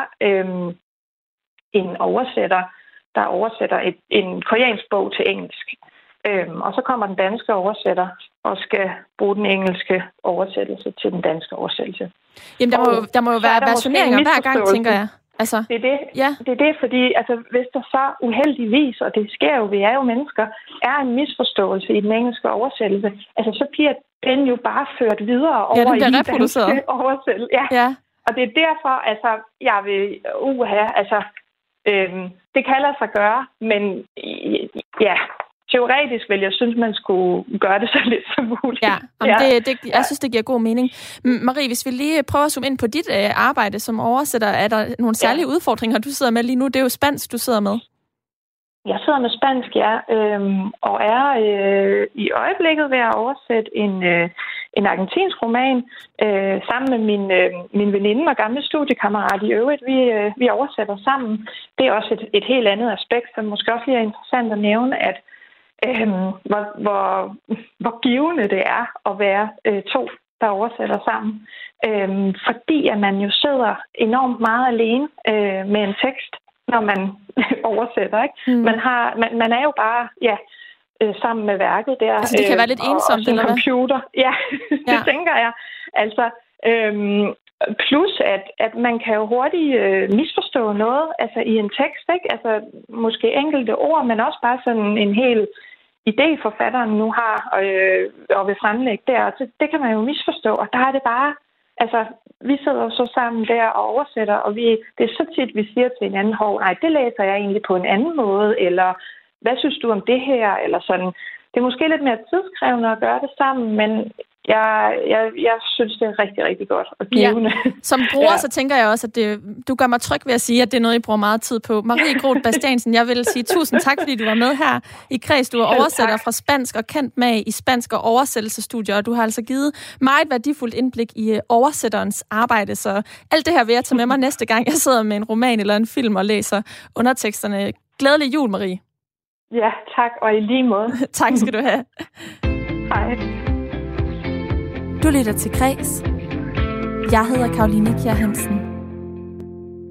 en oversætter, der oversætter en koreansk bog til engelsk. Og så kommer den danske oversætter og skal bruge den engelske oversættelse til den danske oversættelse. Jamen, der må jo være versioneringer hver gang, tænker jeg. Altså, det er det, fordi hvis der så uheldigvis, og det sker jo, vi er jo mennesker, er en misforståelse i den engelske oversættelse, så bliver den jo bare ført videre over i den danske oversættelse. Ja. Og det er derfor, jeg vil det kan lade sig gøre, men teoretisk vil jeg synes, man skulle gøre det så lidt som muligt. Jeg synes, det giver god mening. Marie, hvis vi lige prøver at zoome ind på dit arbejde som oversætter, er der nogle særlige udfordringer, du sidder med lige nu? Det er jo spansk, du sidder med. Jeg sidder med spansk, og er i øjeblikket ved at oversætte en argentinsk roman sammen med min veninde og gamle studiekammerat i øvrigt. Vi oversætter sammen. Det er også et helt andet aspekt, som måske også er interessant at nævne, at hvor givende det er at være to, der oversætter sammen. Fordi at man jo sidder enormt meget alene med en tekst, når man oversætter. Ikke? Man er jo bare sammen med værket der. Altså det kan være lidt ensomt, eller hvad? Computer. Ja, det tænker jeg. Plus, at man kan jo hurtigt misforstå noget i en tekst, ikke? Måske enkelte ord, men også bare sådan en hel idé, forfatteren nu har og vil fremlægge der. Det kan man jo misforstå, og der er det bare... vi sidder så sammen der og oversætter, og det er så tit, vi siger til hinanden, nej, det læser jeg egentlig på en anden måde, eller hvad synes du om det her, eller sådan. Det er måske lidt mere tidskrævende at gøre det sammen, men jeg synes, det er rigtig, rigtig godt og givende. Ja. Som bruger, så tænker jeg også, at du gør mig tryg ved at sige, at det er noget, I bruger meget tid på. Marie Groth Bastiansen, jeg vil sige tusind tak, fordi du var med her i Kreds. Du er oversætter fra spansk og kendt med i spansk og oversættelsesstudier, og du har altså givet meget værdifuldt indblik i oversætterens arbejde, så alt det her vil jeg tage med mig næste gang, jeg sidder med en roman eller en film og læser underteksterne. Glædelig jul, Marie. Ja, tak, og i lige måde. Tak skal du have. Hej. Du lytter til Kreds. Jeg hedder Karoline Kjær Hansen.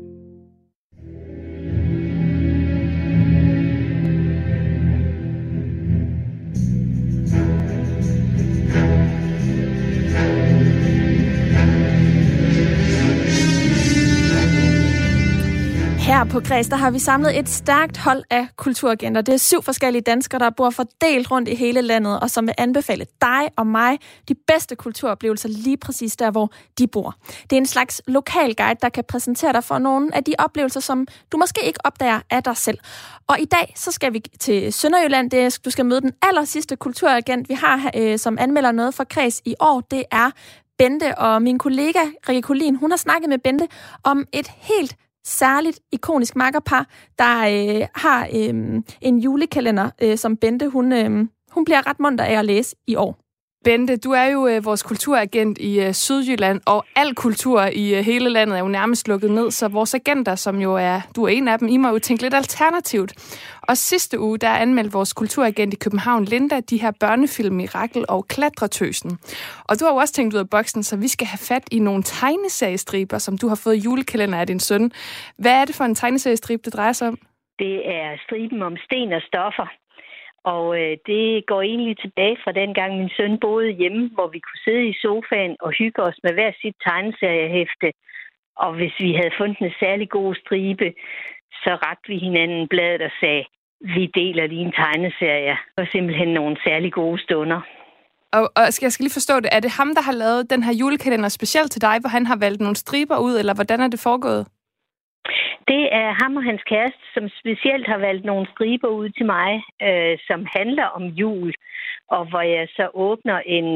Her på Græs, der har vi samlet et stærkt hold af kulturagenter. Det er 7 forskellige danskere, der bor fordelt rundt i hele landet, og som vil anbefale dig og mig de bedste kulturoplevelser lige præcis der, hvor de bor. Det er en slags lokal guide, der kan præsentere dig for nogle af de oplevelser, som du måske ikke opdager af dig selv. Og i dag, så skal vi til Sønderjylland. Du skal møde den allersidste kulturagent, vi har, som anmelder noget for Græs i år. Det er Bente, og min kollega Rikke Collin, hun har snakket med Bente om et helt særligt ikonisk makkerpar, der har en julekalender, som Bente, hun bliver ret munter af at læse i år. Bente, du er jo vores kulturagent i Sydjylland, og al kultur i hele landet er jo nærmest lukket ned, så vores agenter, som jo du er en af dem, I må jo tænke lidt alternativt. Og sidste uge, der anmeldte vores kulturagent i København, Linda, de her børnefilm Mirakel og Klatretøsen. Og du har jo også tænkt ud af boksen, så vi skal have fat i nogle tegneseriestriber, som du har fået i julekalender af din søn. Hvad er det for en tegneseriestrib, det drejer sig om? Det er striben om sten og stoffer. Og det går egentlig tilbage fra dengang min søn boede hjemme, hvor vi kunne sidde i sofaen og hygge os med hver sit tegneseriehæfte. Og hvis vi havde fundet en særlig god stribe, så rakte vi hinanden bladet og sagde, vi deler lige en tegneserie. Og simpelthen nogle særlig gode stunder. Og jeg skal lige forstå det. Er det ham, der har lavet den her julekalender specielt til dig, hvor han har valgt nogle striber ud, eller hvordan er det foregået? Det er ham og hans kæreste, som specielt har valgt nogle striber ud til mig, som handler om jul. Og hvor jeg så åbner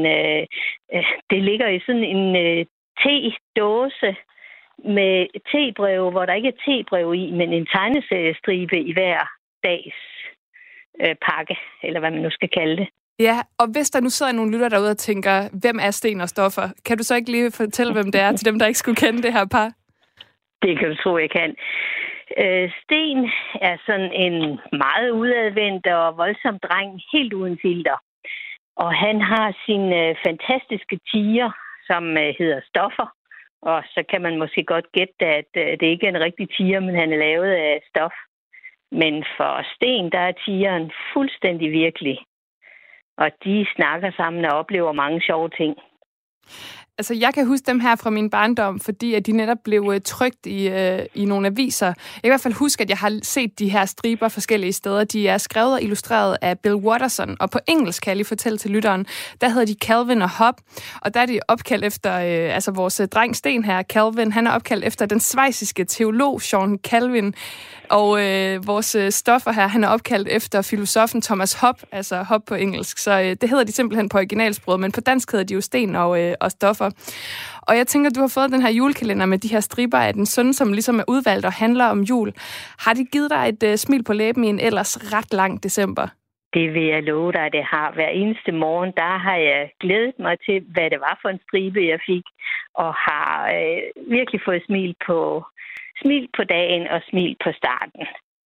det ligger i sådan en te-dåse med tebreve, hvor der ikke er tebreve i, men en tegneseriestribe i hver dags pakke, eller hvad man nu skal kalde det. Ja, og hvis der nu sidder nogle lytter derude og tænker, hvem er Sten og Stoffer? Kan du så ikke lige fortælle, hvem det er til dem, der ikke skulle kende det her par? Det kan du tro, jeg kan. Sten er sådan en meget udadvendt og voldsom dreng, helt uden filter. Og han har sin fantastiske tiger, som hedder Stoffer. Og så kan man måske godt gætte, at det ikke er en rigtig tiger, men han er lavet af stof. Men for Sten, der er tigeren fuldstændig virkelig. Og de snakker sammen og oplever mange sjove ting. Altså, jeg kan huske dem her fra min barndom, fordi at de netop blev trykt i nogle aviser. Jeg kan i hvert fald huske, at jeg har set de her striber forskellige steder. De er skrevet og illustreret af Bill Watterson, og på engelsk kan jeg lige fortælle til lytteren, der hedder de Calvin og Hob, og der er de opkaldt efter, vores dreng Sten her, Calvin, han er opkaldt efter den schweiziske teolog John Calvin, og vores Stoffer her, han er opkaldt efter filosofen Thomas Hobbes, altså Hob på engelsk, så det hedder de simpelthen på originalsproget, men på dansk hedder de jo Sten og Stoffer. Og jeg tænker, du har fået den her julekalender med de her striber af den søn, som ligesom er udvalgt og handler om jul. Har de givet dig et smil på læben i en ellers ret lang december? Det vil jeg love dig, det har. Hver eneste morgen, der har jeg glædet mig til, hvad det var for en stribe, jeg fik. Og har virkelig fået smil på dagen og smil på starten.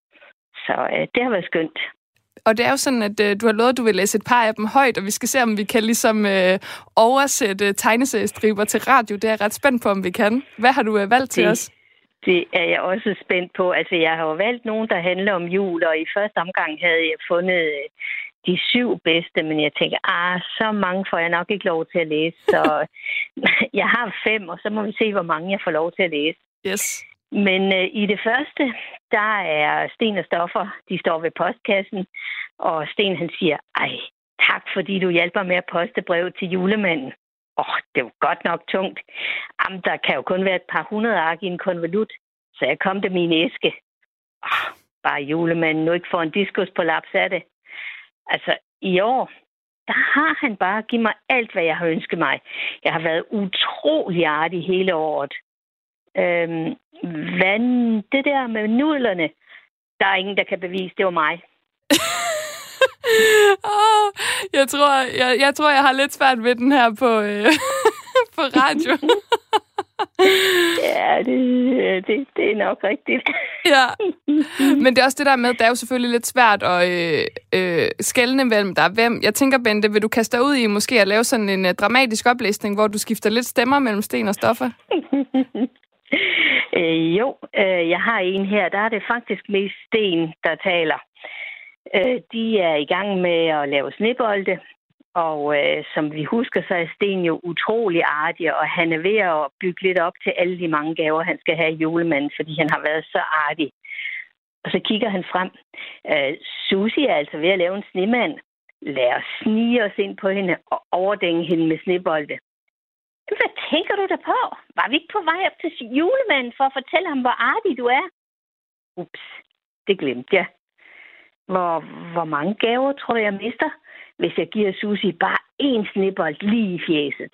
Så det har været skønt. Og det er jo sådan, at du har lovet, at du vil læse et par af dem højt, og vi skal se, om vi kan ligesom oversætte tegneseriestriber til radio. Det er jeg ret spændt på, om vi kan. Hvad har du valgt til os? Det er jeg også spændt på. Altså, jeg har jo valgt nogen, der handler om jul, og i første omgang havde jeg fundet de 7 bedste, men jeg tænker, så mange får jeg nok ikke lov til at læse. Så jeg har 5, og så må vi se, hvor mange jeg får lov til at læse. Yes. Men i det første, der er Sten og Stoffer, de står ved postkassen, og Sten han siger, tak fordi du hjælper med at poste brev til julemanden. Det var godt nok tungt. Jamen, der kan jo kun være et par 100 ark i en konvolut, så jeg kom til min æske. Bare julemanden nu ikke får en diskus på laps af det. Altså, i år, der har han bare givet mig alt, hvad jeg har ønsket mig. Jeg har været utrolig artig hele året. Det der med nudlerne, der er ingen, der kan bevise, det var mig. Jeg tror, jeg har lidt svært ved den her på radio. Ja, det er nok rigtigt. Ja, men det er også det der med, det er jo selvfølgelig lidt svært at skelne mellem der hvem. Jeg tænker, Bente, vil du kaste dig ud i måske at lave sådan en dramatisk oplæsning, hvor du skifter lidt stemmer mellem Sten og Stoffer? Jeg har en her, der er det faktisk mest Sten, der taler. De er i gang med at lave snebolde, Og som vi husker, så er Sten jo utrolig artig, og han er ved at bygge lidt op til alle de mange gaver, han skal have i julemanden, fordi han har været så artig. Og så kigger han frem. Susie er altså ved at lave en snemand. Lad os snige os ind på hende og overdænge hende med snebolde. Hvad tænker du der på? Var vi ikke på vej op til julemanden for at fortælle ham, hvor artig du er? Ups, det glemte jeg. Hvor mange gaver tror du, jeg mister, hvis jeg giver Susie bare én snebold lige i fjeset?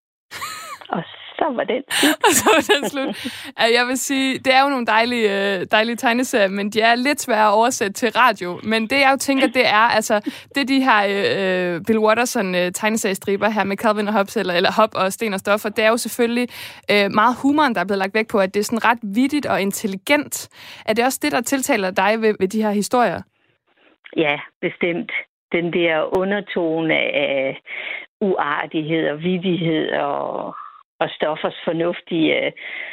Og så var den slut. Og så var den slut. Jeg vil sige, det er jo nogle dejlige tegneserier, men de er lidt svære at oversætte til radio. Men det, jeg jo tænker, det er, altså, det er de her Bill Watterson tegneseriestriber her med Calvin og Hobbes, eller Hop og Sten og Stoffer. Det er jo selvfølgelig meget humoren, der er blevet lagt væk på, at det er sådan ret vittigt og intelligent. Er det også det, der tiltaler dig ved de her historier? Ja, bestemt. Den der undertone af uartighed og vittighed og Stoffers fornuftige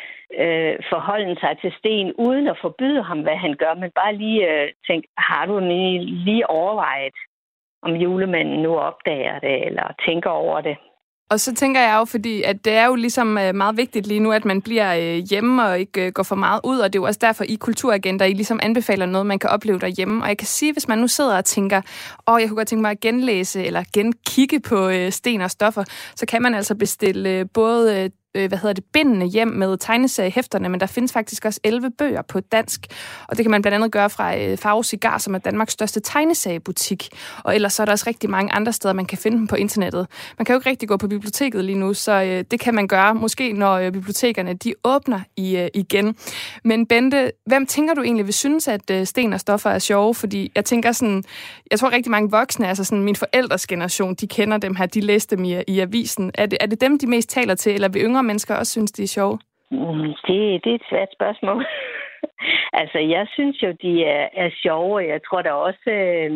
forholden sig til Sten, uden at forbyde ham, hvad han gør, men bare lige tænke, har du lige overvejet, om julemanden nu opdager det, eller tænker over det? Og så tænker jeg jo, fordi at det er jo ligesom meget vigtigt lige nu, at man bliver hjemme og ikke går for meget ud, og det er jo også derfor i Kulturagenda, I ligesom anbefaler noget, man kan opleve derhjemme. Og jeg kan sige, hvis man nu sidder og tænker, jeg kunne godt tænke mig at genlæse eller genkigge på Sten og Stoffer, så kan man altså bestille både bindene hjem med tegneseriehæfterne, men der findes faktisk også 11 bøger på dansk, og det kan man blandt andet gøre fra Farve Cigar, som er Danmarks største tegneseriebutik, og ellers så er der også rigtig mange andre steder, man kan finde dem på internettet. Man kan jo ikke rigtig gå på biblioteket lige nu, så det kan man gøre, måske når bibliotekerne de åbner igen. Men Bente, hvem tænker du egentlig vil synes, at Sten og Stoffer er sjove? Fordi jeg tænker sådan, jeg tror rigtig mange voksne, altså sådan min forældres generation, de kender dem her, de læste dem i avisen. Er det dem, de mest taler til, eller vil yngre mennesker også synes, de er sjove? Det er et svært spørgsmål. Altså, jeg synes jo, de er sjove. Jeg tror da også,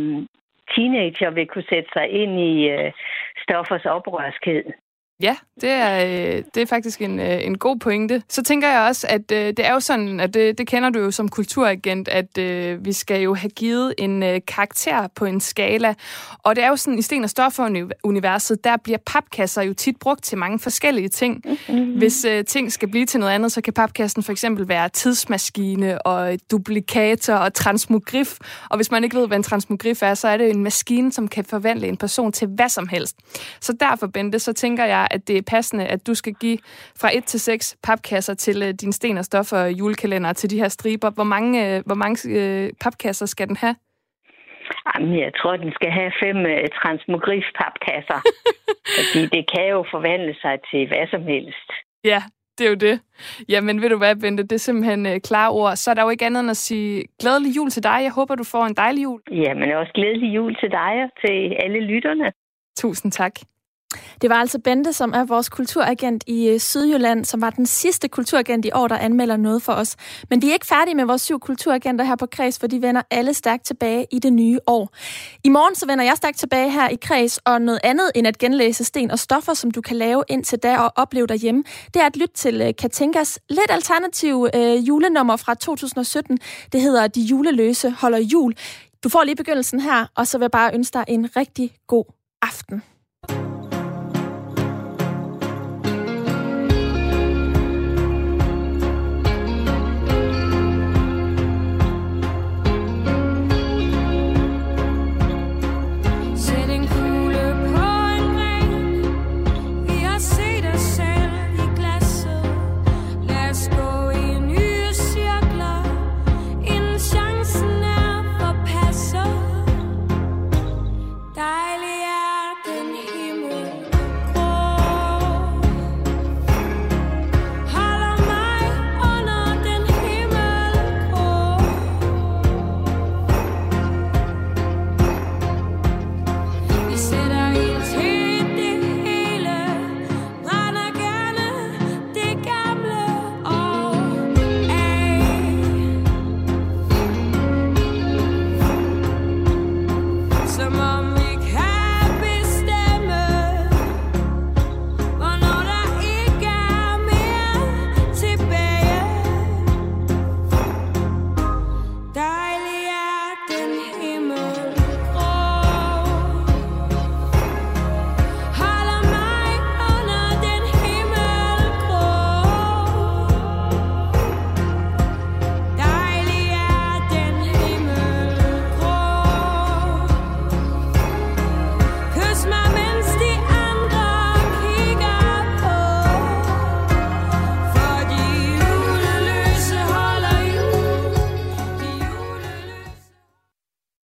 teenager vil kunne sætte sig ind i Stoffers oprørskhed. Ja, det er faktisk en god pointe. Så tænker jeg også, at det er jo sådan, at det kender du jo som kulturagent, at vi skal jo have givet en karakter på en skala. Og det er jo sådan, i Sten og Stoffer-universet, der bliver papkasser jo tit brugt til mange forskellige ting. Mm-hmm. Hvis ting skal blive til noget andet, så kan papkassen for eksempel være tidsmaskine og duplikator og transmogrif. Og hvis man ikke ved, hvad en transmogrif er, så er det en maskine, som kan forvandle en person til hvad som helst. Så derfor, Bente, så tænker jeg, at det er passende, at du skal give fra 1 til 6 papkasser til din Sten og Stoffer julekalender til de her striber. Hvor mange papkasser skal den have? Jamen, jeg tror, den skal have 5 transmogrif-papkasser. Fordi det kan jo forvandle sig til hvad som helst. Ja, det er jo det. Jamen, ved du hvad, Bente, det er simpelthen klare ord. Så er der jo ikke andet end at sige glædelig jul til dig. Jeg håber, du får en dejlig jul. Jamen, også glædelig jul til dig og til alle lytterne. Tusind tak. Det var altså Bente, som er vores kulturagent i Sydjylland, som var den sidste kulturagent i år, der anmelder noget for os. Men vi er ikke færdige med vores 7 kulturagenter her på Kreds, for de vender alle stærkt tilbage i det nye år. I morgen så vender jeg stærkt tilbage her i Kreds, og noget andet end at genlæse Sten og Stoffer, som du kan lave indtil da og opleve derhjemme, det er at lytte til Katinkas lidt alternative julenummer fra 2017. Det hedder De Juleløse holder jul. Du får lige begyndelsen her, og så vil jeg bare ønske dig en rigtig god aften.